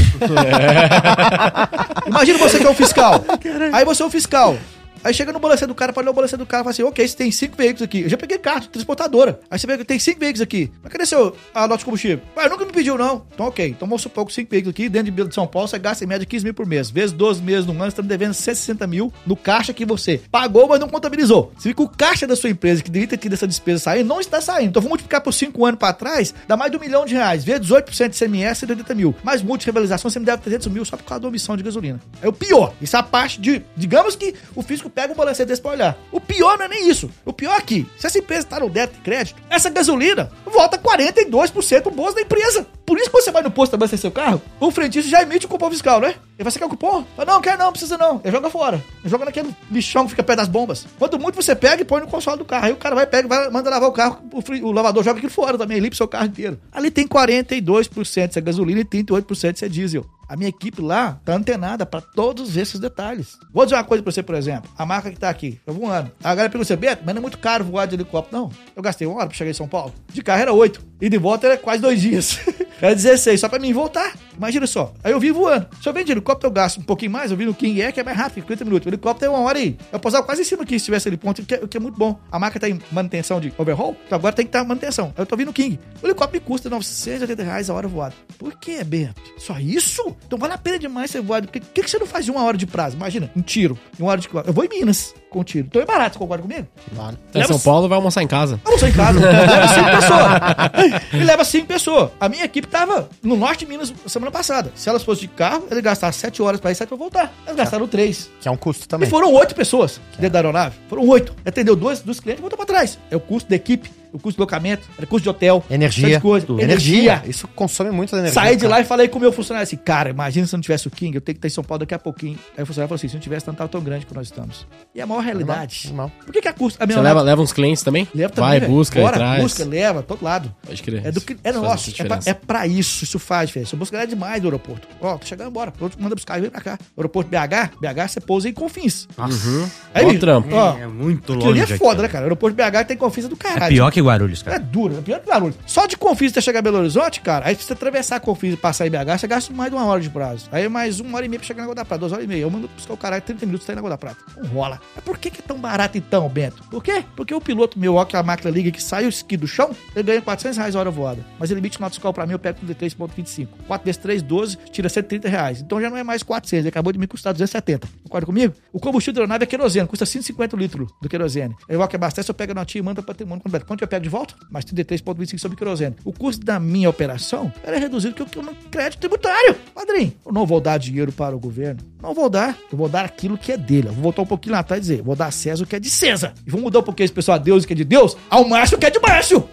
Imagina você que é um fiscal. Aí você é um fiscal. Aí chega no balancete do cara, pra olhar o balancete do cara e fala assim, ok, você tem cinco veículos aqui. Eu já peguei carta, transportadora. Aí você vê que tem cinco veículos aqui. Mas cadê seu, a nota de combustível? Ué, nunca me pediu, não. Então, ok. Então vamos supor que cinco veículos aqui, dentro de Belo de São Paulo, você gasta em média quinze mil por mês. Vezes doze meses no ano, você está devendo cento e sessenta mil no caixa que você pagou, mas não contabilizou. Você vê que o caixa da sua empresa, que deveria ter tido essa despesa sair, não está saindo. Então vamos multiplicar por cinco anos para trás, dá mais de um milhão de reais. Vezes dezoito por cento de C M S, cento e oitenta mil. Mais multi revalização, você me deve trezentos mil só por causa da omissão de gasolina. É o pior. Isso é a parte de, digamos que o físico pega um balancete desse pra olhar. O pior não é nem isso. O pior é que, se essa empresa está no débito de crédito, essa gasolina volta quarenta e dois por cento pro bolso da empresa. Por isso que você vai no posto abastecer seu carro, o frentista já emite o cupom fiscal, né? Ele vai, você quer o cupom? Fala, não, quer não, precisa não. Ele joga fora. Ele joga naquele lixão que fica perto das bombas. Quanto muito você pega e põe no console do carro. Aí o cara vai, pega, vai, manda lavar o carro, o, fri, o lavador joga aquilo fora também, limpa o seu carro inteiro. Ali tem quarenta e dois por cento se é gasolina e trinta e oito por cento se é diesel. A minha equipe lá tá antenada pra todos esses detalhes. Vou dizer uma coisa pra você, por exemplo. A marca que tá aqui, eu voando. A galera pergunta assim, Beto, mas não é muito caro voar de helicóptero. Não, eu gastei uma hora pra chegar em São Paulo. De carro era oito. E de volta era quase dois dias. Era dezesseis, só pra mim voltar. Imagina só. Aí eu vim voando. Se eu venho de helicóptero, eu gasto um pouquinho mais. Eu vim no King Air, que é mais rápido, cinquenta minutos. O helicóptero é uma hora aí. Eu pousava quase em cima aqui, se tivesse ali ponto, que é, que é muito bom. A marca tá em manutenção de overhaul, então agora tem que estar em manutenção. Aí eu tô vindo no King. O helicóptero me custa novecentos e oitenta reais a hora voada. Por que, Bento? Só isso? Então vale a pena demais ser voado. Por que, que, que você não faz de uma hora de prazo? Imagina, um tiro. Uma hora de... Eu vou em Minas com tiro. Então é barato, você concorda comigo? Claro. Tá em São Paulo, vai almoçar em casa. Almoçar em casa. Leva cinco pessoas. Ele leva cinco pessoas. A minha equipe tava no norte de Minas semana passada. Se elas fossem de carro, ele gastaram sete horas pra ir, sete pra voltar. Elas gastaram três. Que é um custo também. E foram oito pessoas dentro da aeronave. Foram oito. Atendeu dois dos clientes e voltou pra trás. É o custo da equipe, o custo de locamento, é o custo de hotel. Energia. Coisa. Energia. Energia. Isso consome muito energia. Saí de cara. lá e falei com o meu funcionário assim, cara, imagina se não tivesse o King, eu tenho que estar em São Paulo daqui a pouquinho. Aí o funcionário falou assim, se não tivesse, não tava tão grande como nós estamos. E é a maior realidade. Normal, normal. Por que que a custa... A minha Você leva, leva uns clientes também? Leva também, Vai, velho. busca, Bora, traz. busca, leva, todo lado. Pode crer. É, do que, é Isso faz nosso, muita é pra, diferença. é pra isso, isso faz diferença. Eu busco galera demais do aeroporto. Ó, tô chegando embora, outro manda buscar e vem pra cá. Aeroporto B H, B H você pousa em Confins. Uhum. Aí, Ó o bicho, trampo. ó, É muito aquilo ali longe. é foda, aqui. né, cara? Aeroporto B H tem Confins do caralho. É pior que Guarulhos, É cara. duro, é pior que Guarulhos. Só de Confins até chegar a Belo Horizonte, cara, aí pra você atravessar Confins e passar em B H, você gasta mais de uma hora de prazo. Aí mais uma hora e meia pra chegar na Água da Prata, duas horas e meia. Eu mando buscar o caralho, trinta minutos, tá aí na Água da Prata. Não rola. Mas por que que é tão barato então, Bento? Por quê? Porque o piloto meu, ó, que a máquina liga, que sai o esqui do chão, ele ganha quatrocentos reais a hora voada. Mas ele emite nota fiscal pra mim, eu pego com três ponto vinte e cinco. quatro vezes três, doze, tira cento e trinta reais. Então já não é mais quatrocentos, ele acabou de me custar duzentos e setenta. Concorda comigo? O combustível da aeronave é querosene, custa cento e cinquenta litros do querosene. Aí o que abastece, eu pego a notinha e mando para patrimônio completo. Quanto eu pego de volta? Mais trinta e três ponto vinte e cinco sobre querosene. O custo da minha operação era reduzido porque eu não crédito tributário. Padrinho, eu não vou dar dinheiro para o governo. Não vou dar. Eu vou dar aquilo que é dele. Eu vou voltar um pouquinho lá atrás e dizer, vou dar a César o que é de César. E vou mudar um pouquinho esse pessoal a Deus o que é de Deus, ao Márcio o que é de Márcio.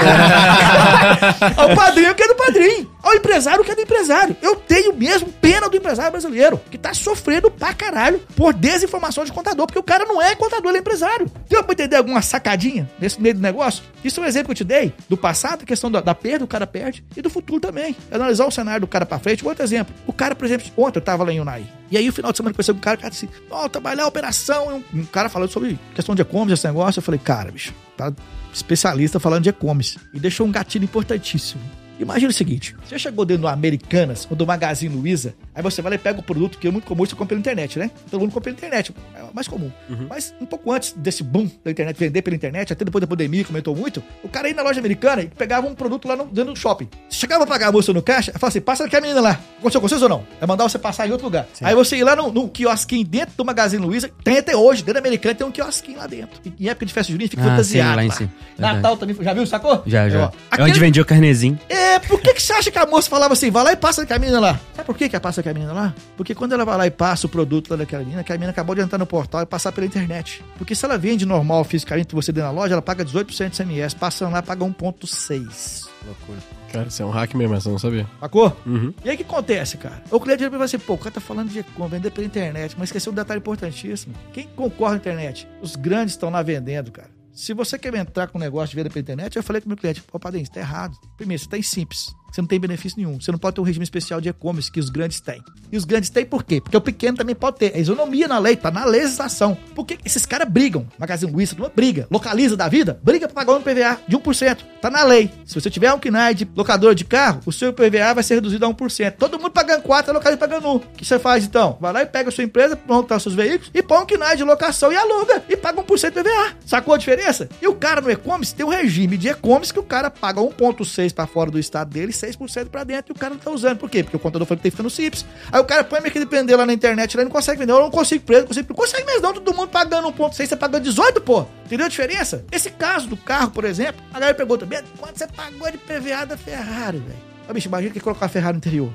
Ao padrinho o que é do padrinho. Ao empresário o que é do empresário. Eu tenho mesmo pena do empresário brasileiro, que tá sofrendo pra caralho por desinformação de contador, porque o cara não é contador, ele é empresário. Deu pra entender alguma sacadinha nesse meio do negócio? Isso é um exemplo que eu te dei do passado, a questão da, da perda, o cara perde, e do futuro também. Analisar o cenário do cara pra frente. Outro exemplo, o cara, por exemplo, ontem eu tava lá em Unai, e aí o final de semana eu conheci um cara, o cara disse, ó, oh, trabalhar a operação, um, um cara falando sobre questão de e-commerce, esse negócio, eu falei, cara, bicho, tá especialista falando de e-commerce, e deixou um gatilho importantíssimo. Imagina o seguinte, você chegou dentro do Americanas ou do Magazine Luiza, aí você vai lá e pega o produto, que é muito comum, você compra pela internet, né? Todo mundo compra pela internet, é o mais comum. Uhum. Mas um pouco antes desse boom da internet, vender pela internet, até depois da pandemia, que aumentou muito, o cara ia na loja americana e pegava um produto lá no, dentro do shopping. Você chegava pra pagar a moça no caixa, falava assim, passa aqui a menina lá. Aconteceu com vocês ou não? É mandar você passar em outro lugar. Sim. Aí você ia lá no, no quiosquinho dentro do Magazine Luiza, tem até hoje, dentro da Americana tem um quiosquinho lá dentro. E, em época de festa junina, fica ah, fantasiado. Sim, lá em lá. cima. Natal também, já viu, sacou? Já, já. É, ó, aquele... É onde vendia o carnezinho. É, por que que você acha que a moça falava assim, vai lá e passa com a menina lá? Sabe por que que ela passa com a menina lá? Porque quando ela vai lá e passa o produto lá daquela menina, que a menina acabou de entrar no portal e passar pela internet. Porque se ela vende normal, fisicamente, você dentro da loja, ela paga dezoito por cento de C M S, passando lá, paga um vírgula seis. Loucura. Cara, isso é um hack mesmo, essa eu não sabia. Sacou? Uhum. E aí o que acontece, cara? O cliente vai assim, pô, o cara tá falando de como vender pela internet, mas esqueceu um detalhe importantíssimo. Quem concorre na internet? Os grandes estão lá vendendo, cara. Se você quer entrar com um negócio de venda pela internet, eu falei com o meu cliente, pô, padrinho, isso tá errado. Primeiro, você tá em Simples. Você não tem benefício nenhum. Você não pode ter um regime especial de e-commerce que os grandes têm. E os grandes têm por quê? Porque o pequeno também pode ter. É isonomia na lei, tá na legislação. Porque esses caras brigam. Magazine Luiza, briga. Localiza da vida, briga pra pagar um I P V A de um por cento. Tá na lei. Se você tiver um K N A I de locador de carro, o seu I P V A vai ser reduzido a um por cento. Todo mundo pagando quatro, a localiza pagando um. O que você faz então? Vai lá e pega a sua empresa, monta os seus veículos e põe um K N A I de locação e aluga. E paga um por cento de I P V A. Sacou a diferença? E o cara no e-commerce tem um regime de e-commerce que o cara paga um vírgula seis pra fora do estado dele e seis por cento pra dentro. E o cara não tá usando. Por quê? Porque o contador foi que tem que ficar no Simples. Aí o cara põe a mercadoria vender lá na internet, lá e não consegue vender. Eu não consigo preço, não consigo. Não consegue mesmo, não. Todo mundo pagando um vírgula seis, você pagando dezoito, pô. Entendeu a diferença? Esse caso do carro, por exemplo, a galera pergunta, quanto você pagou de I P V A da Ferrari, velho? Ó, bicho, imagina que colocar a Ferrari no interior.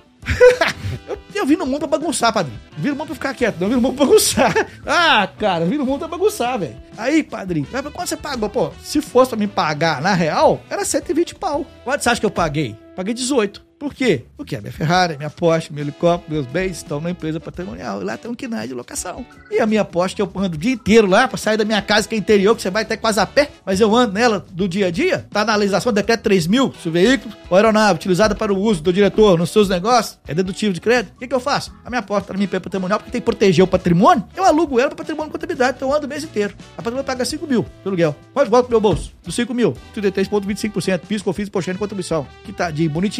eu, eu vim no mundo pra bagunçar, padrinho. Vim no mundo pra ficar quieto, não. Vim no mundo pra bagunçar. Ah, cara, vim no mundo pra bagunçar, velho. Aí, padrinho, quanto você pagou? Pô, se fosse pra me pagar na real, era cento e vinte pau. Quanto você acha que eu paguei? Paguei dezoito. Por quê? Porque a minha Ferrari, minha Porsche, meu helicóptero, meus bens estão na empresa patrimonial. E lá tem um K N A I de locação. E a minha Porsche, que eu ando o dia inteiro lá pra sair da minha casa, que é interior, que você vai até quase a pé, mas eu ando nela do dia a dia. Tá na legislação do decreto três mil, se o veículo ou aeronave utilizada para o uso do diretor nos seus negócios é dedutivo de crédito. O que que eu faço? A minha Porsche tá na minha empresa patrimonial, porque tem que proteger o patrimônio. Eu alugo ela para patrimônio e contabilidade. Então eu ando o mês inteiro. A patrimônio paga cinco mil pelo aluguel. Quanto volta pro meu bolso? Dos cinco mil, trinta e três vírgula vinte e cinco por cento. Piso, confis, pochete e contribuição. Que tá de bonitinho, mas ainda pega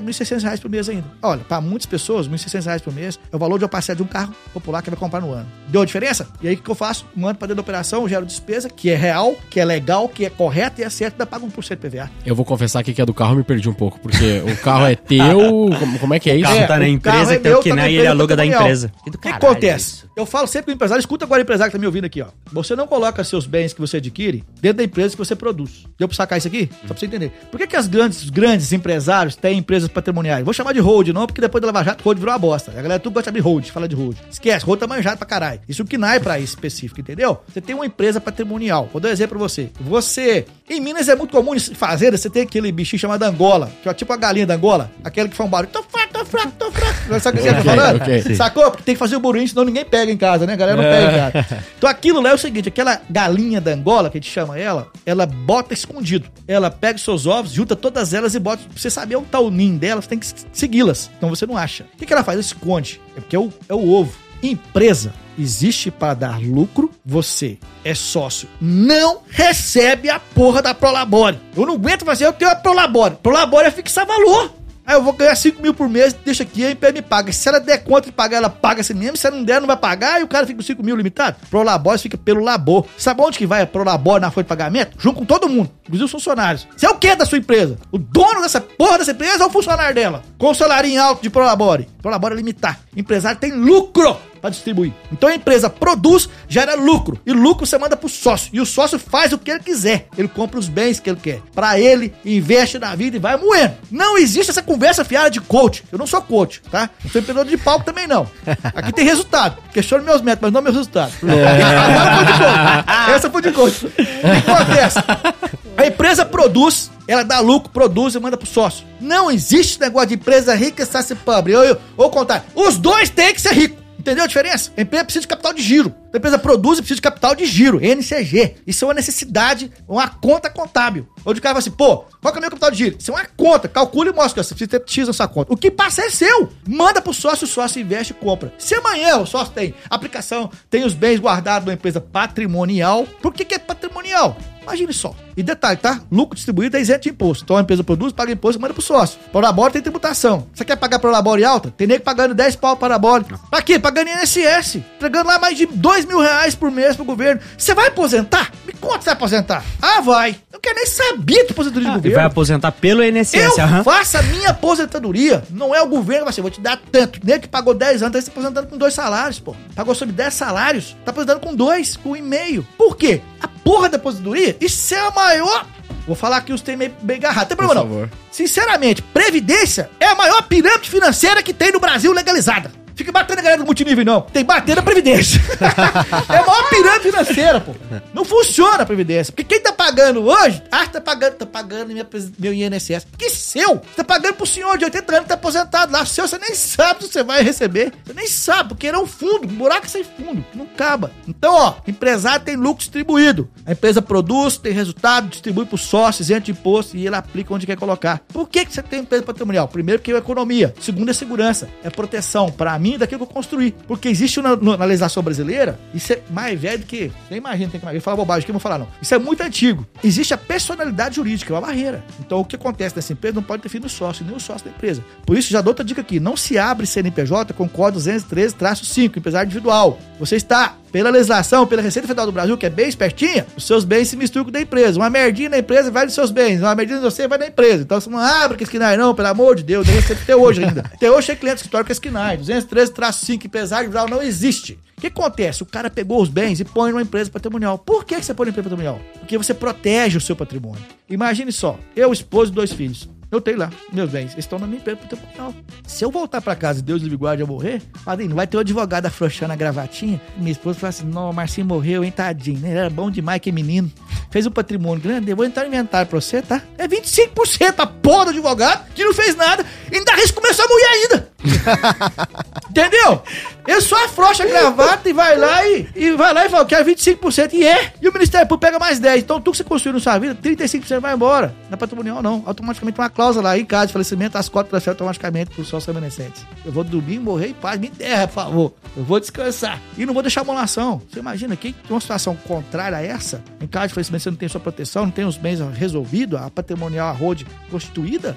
mil e seiscentos reais por mês ainda. Olha, para muitas pessoas, mil e seiscentos reais por mês é o valor de uma parcela de um carro popular que vai comprar no ano. Deu a diferença? E aí o que eu faço? Mando para dentro da operação, eu gero despesa que é real, que é legal, que é correta e é certo, ainda paga um por cento de P V A. Eu vou confessar aqui que é do carro, eu me perdi um pouco, porque o carro é teu, como, como é que é O isso? carro É, tá na o empresa, carro é que tem meu, o tá na Kinai e ele empresa aluga da patrimonial. empresa. O que, que acontece? Eu falo sempre com o empresário, escuta agora o empresário que tá me ouvindo aqui, ó. Você não coloca seus bens que você adquire dentro da empresa que você produz. Deu pra sacar isso aqui? Só pra você entender. Por que que as grandes, os grandes empresários têm empresas patrimoniais? Vou chamar de hold, não, porque depois da Lava Jato, hold virou uma bosta. A galera tudo gosta de hold, fala de hold. Esquece, hold tá manjado pra caralho. Isso que não é pra isso específico, entendeu? Você tem uma empresa patrimonial. Vou dar um exemplo pra você. Você, em Minas é muito comum em fazenda, você tem aquele bichinho chamado Angola, que é tipo a galinha da Angola, aquele que faz um barulho. Tô fraco, tô fraco, tô fraco. Sabe o que eu tô falando? ok. Sacou? Porque tem que fazer o barulho, senão ninguém pega em casa, né? A galera não pega em casa. Então aquilo lá é o seguinte, aquela galinha da Angola, que a gente chama ela, ela bota escondido. Ela pega os seus ovos, junta todas elas e bota. Pra você saber onde tá o ninho dela, você tem que segui-las. Então você não acha. O que, que ela faz? Ela esconde. É porque é o, é o ovo. Empresa existe para dar lucro, você é sócio, não recebe a porra da Prolabore. Eu não aguento fazer, eu tenho a Prolabore. Prolabore é fixar valor. Aí eu vou ganhar cinco mil por mês, deixa aqui, a empresa me paga. Se ela der conta de pagar, ela paga assim mesmo. Se ela não der, não vai pagar, e o cara fica com cinco mil limitado. Prolabore fica pelo labor. Sabe onde que vai a Prolabore na folha de pagamento? Junto com todo mundo, inclusive os funcionários. Você é o que da sua empresa? O dono dessa porra dessa empresa ou o funcionário dela? Com o salário alto de Prolabore. Prolabore é limitar. O empresário tem lucro para distribuir. Então a empresa produz, gera lucro. E lucro você manda pro sócio. E o sócio faz o que ele quiser. Ele compra os bens que ele quer. Pra ele, investe na vida e vai moendo. Não existe essa conversa fiada de coach. Eu não sou coach, tá? Não sou empreendedor de palco também, não. Aqui tem resultado. Questione meus métodos, mas não meus resultados. Agora foi de coach. Essa foi de coach. O que acontece? A empresa produz, ela dá lucro, produz e manda pro sócio. Não existe negócio de empresa rica e se pobre. Eu, eu, ou contar. Os dois têm que ser ricos. Entendeu a diferença? A empresa precisa de capital de giro. A empresa produz e precisa de capital de giro, N C G. Isso é uma necessidade, uma conta contábil. Onde o cara fala assim, pô, qual que é o meu capital de giro? Isso é uma conta, calcula e mostra, você precisa ter X nessa conta. O que passa é seu. Manda pro sócio, o sócio investe e compra. Se amanhã o sócio tem aplicação, tem os bens guardados numa empresa patrimonial, por que que é patrimonial? Imagine só. E detalhe, tá? Lucro distribuído é isento de imposto. Então a empresa produz, paga imposto e manda pro sócio. Prolabore tem tributação. Você quer pagar Prolabore alta? Tem nego pagando pagando dez pau para Prolabore. Pra quê? Pagando I N S S. Entregando lá mais de dois mil reais por mês pro governo. Você vai aposentar? Me conta se vai aposentar. Ah, vai. Eu quero nem saber de aposentadoria Ah, do e governo. vai aposentar pelo I N S S, Eu aham. faço a minha aposentadoria. Não é o governo que vai ser, vou te dar tanto. Nem que pagou dez anos, tá se aposentando com dois salários, pô. Pagou sobre dez salários, tá aposentando com dois, com um e meio. Por quê? A porra da aposentadoria, isso é a maior... Vou falar aqui os tem meio bem agarrados. Tem problema não. Sinceramente, Previdência é a maior pirâmide financeira que tem no Brasil legalizada. Fica batendo a galera do multinível, não. Tem que bater na Previdência. É a maior pirâmide financeira, pô. Não funciona a Previdência. Porque quem tá pagando hoje, ah, tá pagando, tá pagando minha, meu I N S S. Que seu? Você tá pagando pro senhor de oitenta anos que tá aposentado lá. Seu, você nem sabe se você vai receber. Você nem sabe, porque ele é um fundo, um buraco sem fundo. Não acaba. Então, ó, empresário tem lucro distribuído. A empresa produz, tem resultado, distribui pro sócio, isento de imposto e ele aplica onde quer colocar. Por que que você tem empresa patrimonial? Primeiro, porque é economia. Segundo, é segurança. É proteção pra mim daquilo que eu construí. Porque existe na, na legislação brasileira, isso é mais velho do que... Nem imagina, tem que mais. Eu falar bobagem aqui, eu não vou falar não. Isso é muito antigo. Existe a personalidade jurídica, é uma barreira. Então, o que acontece nessa empresa não pode ter filho no sócio, nem o sócio da empresa. Por isso, já dou outra dica aqui. Não se abre C N P J com código duzentos e treze traço cinco, empresário individual. Você está... Pela legislação, pela Receita Federal do Brasil, que é bem espertinha, os seus bens se misturam com o da empresa. Uma merdinha na empresa vai dos seus bens, uma merdinha de você vai na empresa. Então você não abre com esquinai, não, pelo amor de Deus. Deve ser até hoje ainda. Até hoje tem cliente escritório com esquinai. duzentos e treze traço cinco, empresário individual não existe. O que acontece? O cara pegou os bens e põe numa empresa patrimonial. Por que você põe numa empresa patrimonial? Porque você protege o seu patrimônio. Imagine só, eu, esposo e dois filhos. Eu tenho lá, meus bens, eles estão na minha empresa patrimonial. Se eu voltar pra casa e Deus livre guarde eu morrer, padrinho, não vai ter um advogado afrouxando a gravatinha. Minha esposa fala assim, não, o Marcinho morreu, hein, tadinho, né? Ele era bom demais, que menino. Fez um patrimônio grande, eu vou entrar no inventário pra você, tá? É vinte e cinco por cento a porra do advogado, que não fez nada, e ainda risco começar a mulher ainda. Entendeu? Ele só afrouxa a gravata e vai lá e, e vai lá e fala, quero vinte e cinco por cento e é. E o Ministério Público pega mais dez. Então, tudo que você construiu na sua vida, trinta e cinco por cento vai embora. Não é patrimonial, não. Automaticamente uma cláusula lá, em caso de falecimento, as cotas transferem automaticamente para os sócios remanescentes. Eu vou dormir, morrer em paz, me enterra, por favor. Eu vou descansar. E não vou deixar amolação. Você imagina que uma situação contrária a essa, em caso de falecimento, você não tem sua proteção, não tem os bens resolvidos, a patrimonial, a road constituída, a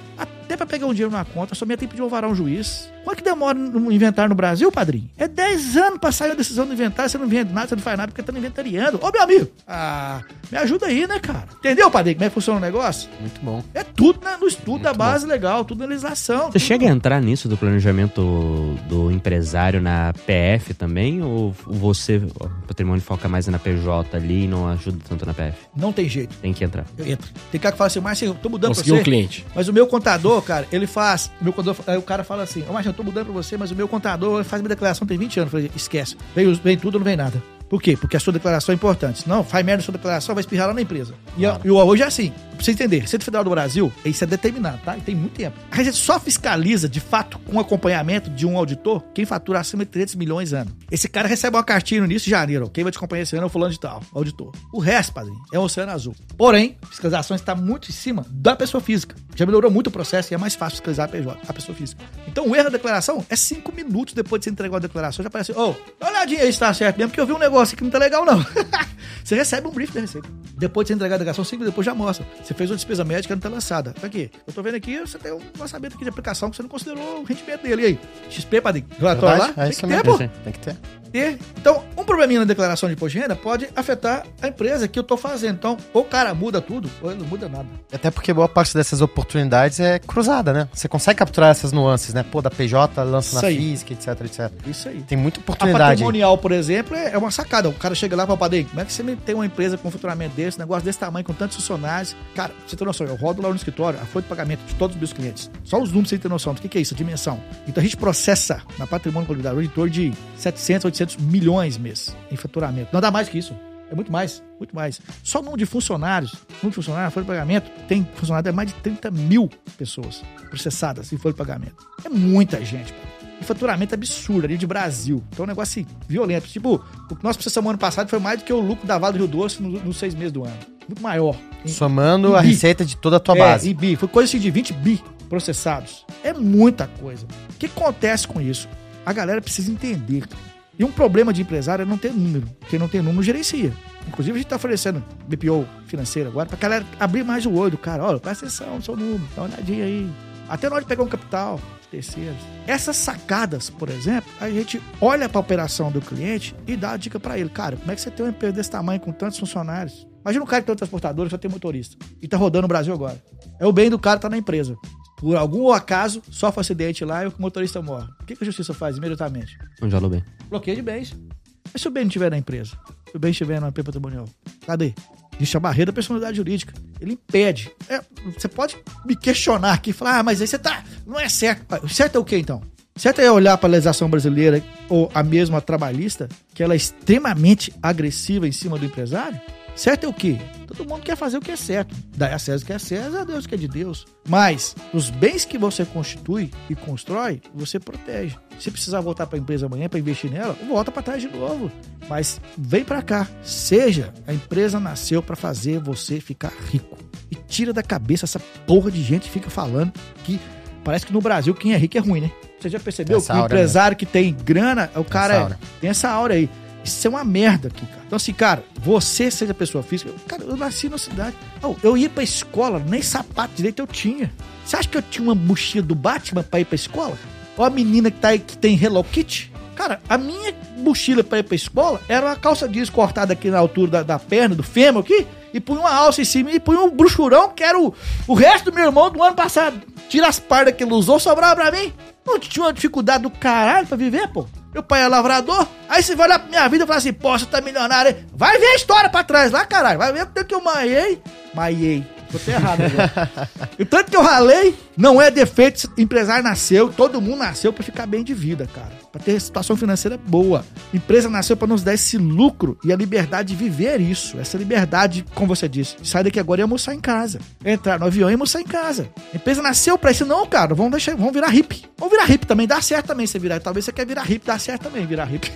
até pra pegar um dinheiro na conta, sua mulher tem que pedir um alvará a um juiz. Quanto que demora no inventário no Brasil, padrinho? É dez anos pra sair a decisão do inventário, você não inventa nada, você não faz nada porque tá inventariando. Ô, meu amigo, ah, me ajuda aí, né, cara? Entendeu, padrinho, como é que funciona o negócio? Muito bom. É tudo né, no estudo Muito da base bom. legal, tudo na legislação. Você tudo... chega a entrar nisso do planejamento do empresário na P F também? Ou você, o patrimônio foca mais na P J ali e não ajuda tanto na P F? Não tem jeito. Tem que entrar. Eu entro. Tem cara que fala assim, Márcio, eu tô mudando Conseguiu pra um você. cliente. Mas o meu contador, cara, ele faz. O meu contador, aí o cara fala assim, ô Márcio, eu tô mudando pra você, mas o meu contador faz minha declaração tem vinte anos. Eu falei, esquece. Vem, vem tudo ou não vem nada. Por quê? Porque a sua declaração é importante. Não, faz merda a sua declaração, vai espirrar lá na empresa. E, Claro. e hoje é assim. Pra você entender, Receita Federal do Brasil, isso é determinado, tá? E tem muito tempo. A Receita só fiscaliza, de fato, com acompanhamento de um auditor, quem fatura acima de trezentos milhões ano. Esse cara recebe uma cartinha no início de janeiro. Quem vai te acompanhar esse ano é o fulano de tal, auditor. O resto, padrinho, é o Oceano Azul. Porém, a fiscalização está muito em cima da pessoa física. Já melhorou muito o processo e é mais fácil fiscalizar a P J, a pessoa física. Então, o erro da declaração é cinco minutos depois de você entregar a declaração. Já aparece, ô, oh, dá uma olhadinha aí se tá certo mesmo, porque eu vi um negócio aqui que não tá legal, não. Você recebe um brief da Receita. Depois de você entregar a declaração, cinco minutos depois já mostra. Você fez uma despesa médica, não tá lançada. Tá aqui. Eu tô vendo aqui, você tem um lançamento aqui de aplicação que você não considerou o rendimento dele. E aí? X P, padrinho? Relatório lá? É Tem isso que mesmo. ter, pô. Tem que ter. ter. Então, um probleminha na declaração de imposto de renda pode afetar a empresa que eu tô fazendo. Então, ou o cara muda tudo, ou ele não muda nada. Até porque boa parte dessas oportunidades é cruzada, né? Você consegue capturar essas nuances, né? Pô, da P J, lança Isso na aí. física, etc, etcétera. Isso aí. Tem muita A oportunidade. patrimonial, por exemplo, é uma sacada. O cara chega lá e fala, padrinho, como é que você me tem uma empresa com faturamento desse, negócio desse tamanho, com tantos funcionários? Cara, você tem noção, eu rodo lá no escritório a folha de pagamento de todos os meus clientes. Só os números você tem noção do que, que é isso, a dimensão. Então a gente processa na patrimônio consolidado em torno de setecentos, oitocentos milhões mês em faturamento. Não dá mais que isso. É muito mais, muito mais. Só o número de funcionários, número de funcionários, a folha de pagamento, tem funcionário de mais de trinta mil pessoas processadas em folha de pagamento. É muita gente, pô. E faturamento absurdo ali de Brasil. Então é um negócio assim, violento. Tipo, o que nós processamos ano passado foi mais do que o lucro da Vale do Rio Doce nos, nos seis meses do ano. Muito maior. Em- Somando em a bi. receita de toda a tua é, base. em bi. Foi coisa assim de vinte bi processados. É muita coisa. O que acontece com isso? A galera precisa entender. E um problema de empresário é não ter número. Quem não tem número gerencia. Inclusive, a gente está oferecendo B P O financeiro agora para a galera abrir mais o olho do cara. Olha, presta atenção no seu número, dá uma olhadinha aí. Até na hora de pegar um capital, terceiros. Essas sacadas, por exemplo, a gente olha para a operação do cliente e dá a dica para ele. Cara, como é que você tem uma empresa desse tamanho com tantos funcionários? Imagina um cara que tem um transportador e só tem motorista. E tá rodando no Brasil agora. É o bem do cara tá na empresa. Por algum acaso, sofre um acidente lá e o motorista morre. O que que a justiça faz imediatamente? Onde já bem. Bloqueio de bens. Mas se o bem não estiver na empresa? Se o bem estiver na P patrimonial? Cadê? Existe a barreira da personalidade jurídica. Ele impede. É, você pode me questionar aqui e falar, ah, mas aí você tá... Não é certo. Ah, certo é o quê, então? Certo é olhar para a legislação brasileira ou a mesma trabalhista, que ela é extremamente agressiva em cima do empresário? Certo é o quê? Todo mundo quer fazer o que é certo. Dá a César o que é César, a Deus o que é de Deus. Mas os bens que você constitui e constrói, você protege. Se precisar voltar para a empresa amanhã para investir nela, volta para trás de novo. Mas vem para cá. Seja, a empresa nasceu para fazer você ficar rico. E tira da cabeça essa porra de gente que fica falando que parece que no Brasil quem é rico é ruim, né? Você já percebeu Essa que o aura, empresário que tem grana, o cara Essa é, aura. tem essa aura aí. Isso é uma merda aqui, cara. Então, assim, cara, você seja pessoa física. Cara, eu nasci na cidade. Oh, eu ia pra escola, nem sapato direito eu tinha. Você acha que eu tinha uma mochila do Batman pra ir pra escola? Ou a menina que tá aí que tem Hello Kitty? Cara, a minha mochila pra ir pra escola era uma calça jeans cortada aqui na altura da, da perna, do fêmur aqui, e punha uma alça em cima e punha um bruxurão que era o, o resto do meu irmão do ano passado. Tira as pardas que ele usou, sobrava pra mim. Não tinha uma dificuldade do caralho pra viver, pô. Meu pai é lavrador. Aí você vai olhar pra minha vida e fala assim, pô, você tá milionário, hein? Vai ver a história pra trás lá, caralho. Vai ver o tanto que eu maiei. Maiei. Tô até errado agora. E o tanto que eu ralei, não é defeito. Empresário nasceu, todo mundo nasceu pra ficar bem de vida, cara. Pra ter situação financeira boa. Empresa nasceu pra nos dar esse lucro e a liberdade de viver isso. Essa liberdade, como você disse, sai daqui agora e almoçar em casa. Entrar no avião e almoçar em casa. A empresa nasceu pra isso. Não, cara, vamos, deixar, vamos virar hippie. Vamos virar hippie também, dá certo também você virar. Talvez você quer virar hippie, dá certo também virar hippie.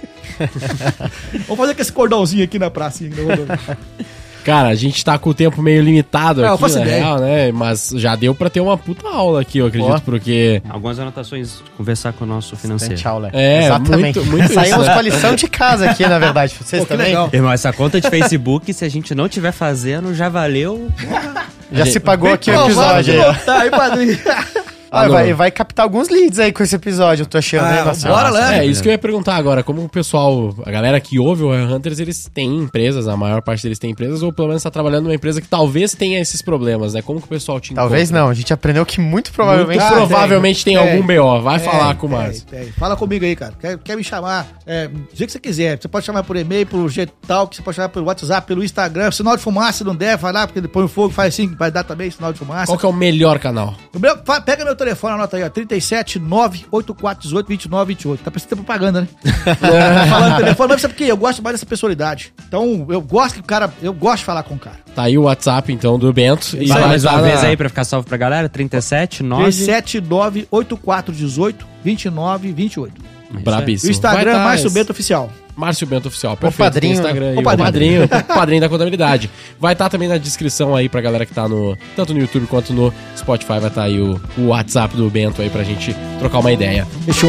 Vamos fazer com esse cordãozinho aqui na pracinha. Cara, a gente tá com o tempo meio limitado Não, eu aqui, faço na ideia. real, né? Mas já deu pra ter uma puta aula aqui, eu acredito, Ó. porque... Algumas anotações, conversar com o nosso financeiro. Tchau, Léo. É, Exatamente. muito- muito Saímos isso, né? com a lição de casa aqui, na verdade. Vocês Pô, que também? legal. Irmão, essa conta de Facebook, se a gente não tiver fazendo, já valeu. Já Gente, se pagou aqui o Pô, episódio aí, vamos ó. voltar aí, padrinho. Ah, no- vai, vai captar alguns leads aí com esse episódio, eu tô achando, Ah, né, Marcelo? bora lá. É, isso que eu ia perguntar agora. Como o pessoal, a galera que ouve o Roy Hunters, eles têm empresas, a maior parte deles tem empresas, ou pelo menos tá trabalhando numa empresa que talvez tenha esses problemas, né? Como que o pessoal te Talvez encontra? não, a gente aprendeu que muito provavelmente... Muito Ah, provavelmente tem, tem. algum B O. Vai É, falar com o tem, Márcio. tem. Fala comigo aí, cara. Quer, quer me chamar? É, do jeito que você quiser. Você pode chamar por e-mail, por G-Talk, você pode chamar pelo WhatsApp, pelo Instagram. Sinal de fumaça, se não der, vai lá, porque depois o fogo faz assim, vai dar também sinal de fumaça. Qual que é o melhor canal? O meu- fa- pega meu telefone, anota aí, ó. trinta e sete, nove, oitenta e quatro, dezoito, vinte e nove, vinte e oito. Tá parecendo propaganda, né? Tá falando no telefone, mas sabe por quê? Eu gosto mais dessa personalidade. Então, eu gosto que o cara. Eu gosto de falar com o cara. Tá aí o WhatsApp, então, do Bento. E Fala vai mais tá uma na- vez aí pra ficar salvo pra galera. trinta e sete, trinta e nove... sete, nove, oitenta e quatro, dezoito, vinte e nove, vinte e oito. Brabíssimo. E o Instagram, Vai tá Márcio esse- Bento Oficial. Márcio Bento Oficial, perfeito. padrinho, Tem Instagram né? e O o padrinho. padrinho, o padrinho da contabilidade. Vai estar também na descrição aí pra galera que tá no, tanto no YouTube quanto no Spotify, vai estar aí o, o WhatsApp do Bento aí pra gente trocar uma ideia. Fechou.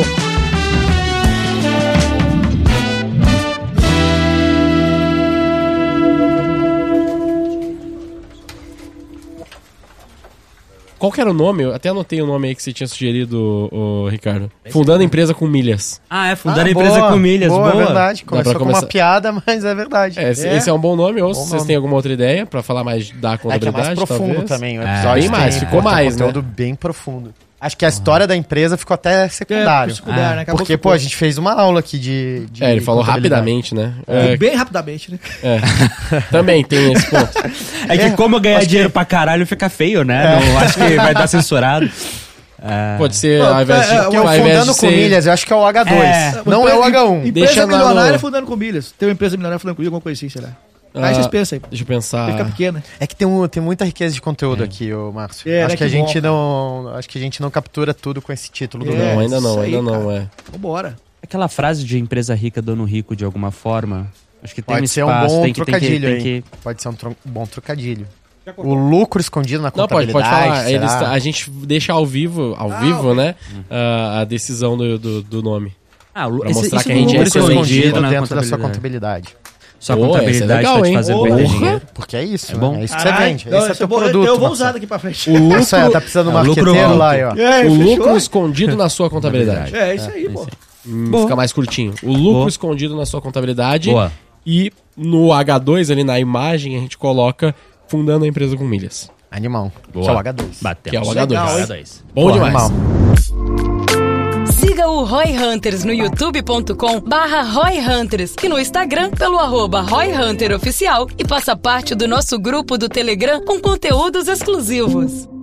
Qual que era o nome? Eu até anotei o nome aí que você tinha sugerido, o, Ricardo. Fundando empresa com milhas. Ah, é, fundando Ah, a empresa boa, com milhas. Boa, boa. É verdade, pra começou com começar- uma piada, mas é verdade. É, esse, É. esse é um bom nome, ou Bom se vocês nome. têm alguma outra ideia pra falar mais da É que é contabilidade, mais profundo talvez? também, o É, episódio bem mais, tem- ficou tem um mais, né? conteúdo bem profundo. Acho que a história da empresa ficou até secundário. É, secundário, né? Acabou Porque, que pô, ficou. a gente fez uma aula aqui de, de É, ele falou contabilidade. rapidamente, né? É, bem rapidamente, né? É, é. Também tem esse ponto. É que É, como ganhar acho que- dinheiro pra caralho fica feio, né? Não, acho que vai dar censurado. É. Pode ser, Não, ao invés de... é, Porque ao o invés Fundando de com ser- Milhas, eu acho que é o H dois. É. Não é o H um. Empresa Deixa lá milionária no- fundando com milhas. Tem uma empresa milionária fundando com milhas, alguma coisa assim, sei lá. Ah, Aí vocês pensam aí. Deixa eu pensar. Fica pequena. É que tem, um, tem muita riqueza de conteúdo aqui, ô Márcio. É, acho né, que a que gente bom. não, acho que a gente não captura tudo com esse título do É, nome. Não, ainda não, isso aí, ainda não, cara. é. Vambora. Aquela frase de empresa rica, dono rico, de alguma forma. Acho que tem Pode um ser um espaço, bom tem que, tem que, trocadilho tem aí. que... Pode ser um, tro- um bom trocadilho. O lucro escondido na Não, pode, contabilidade. pode falar. Eles, será? a gente deixa ao vivo, ao Ah, vivo, ok. né? a, a decisão do, do, do nome. Ah, o- Pra mostrar que a do gente é lucro Lucro escondido escondido na dentro da sua contabilidade. contabilidade. Sua Pô, esse é contabilidade legal, tá te hein? fazendo Porra. perder dinheiro. Porque é isso, É né? bom? É isso que Caralho, você vende. então, Esse é esse teu eu vou- produto. Eu vou Marcelo. usar daqui pra frente. O lucro, Isso aí, tá precisando de um É, o lucro marqueteiro alto. lá, aí, ó. É, o fechou? lucro escondido na sua contabilidade. É, isso aí, pô. Hum, Boa. fica mais curtinho. O lucro Boa. escondido na sua contabilidade. Boa. E no H dois, ali na imagem, a gente coloca fundando a empresa com milhas. Animal. Boa. Que é o H dois. Que é Batemos. o H dois. Legal, hein? H dois. Bom Pô, demais. animal. Siga o Roy Hunters no youtube ponto com barra Roy Hunters e no Instagram pelo arroba Roy Hunter Oficial e faça parte do nosso grupo do Telegram com conteúdos exclusivos.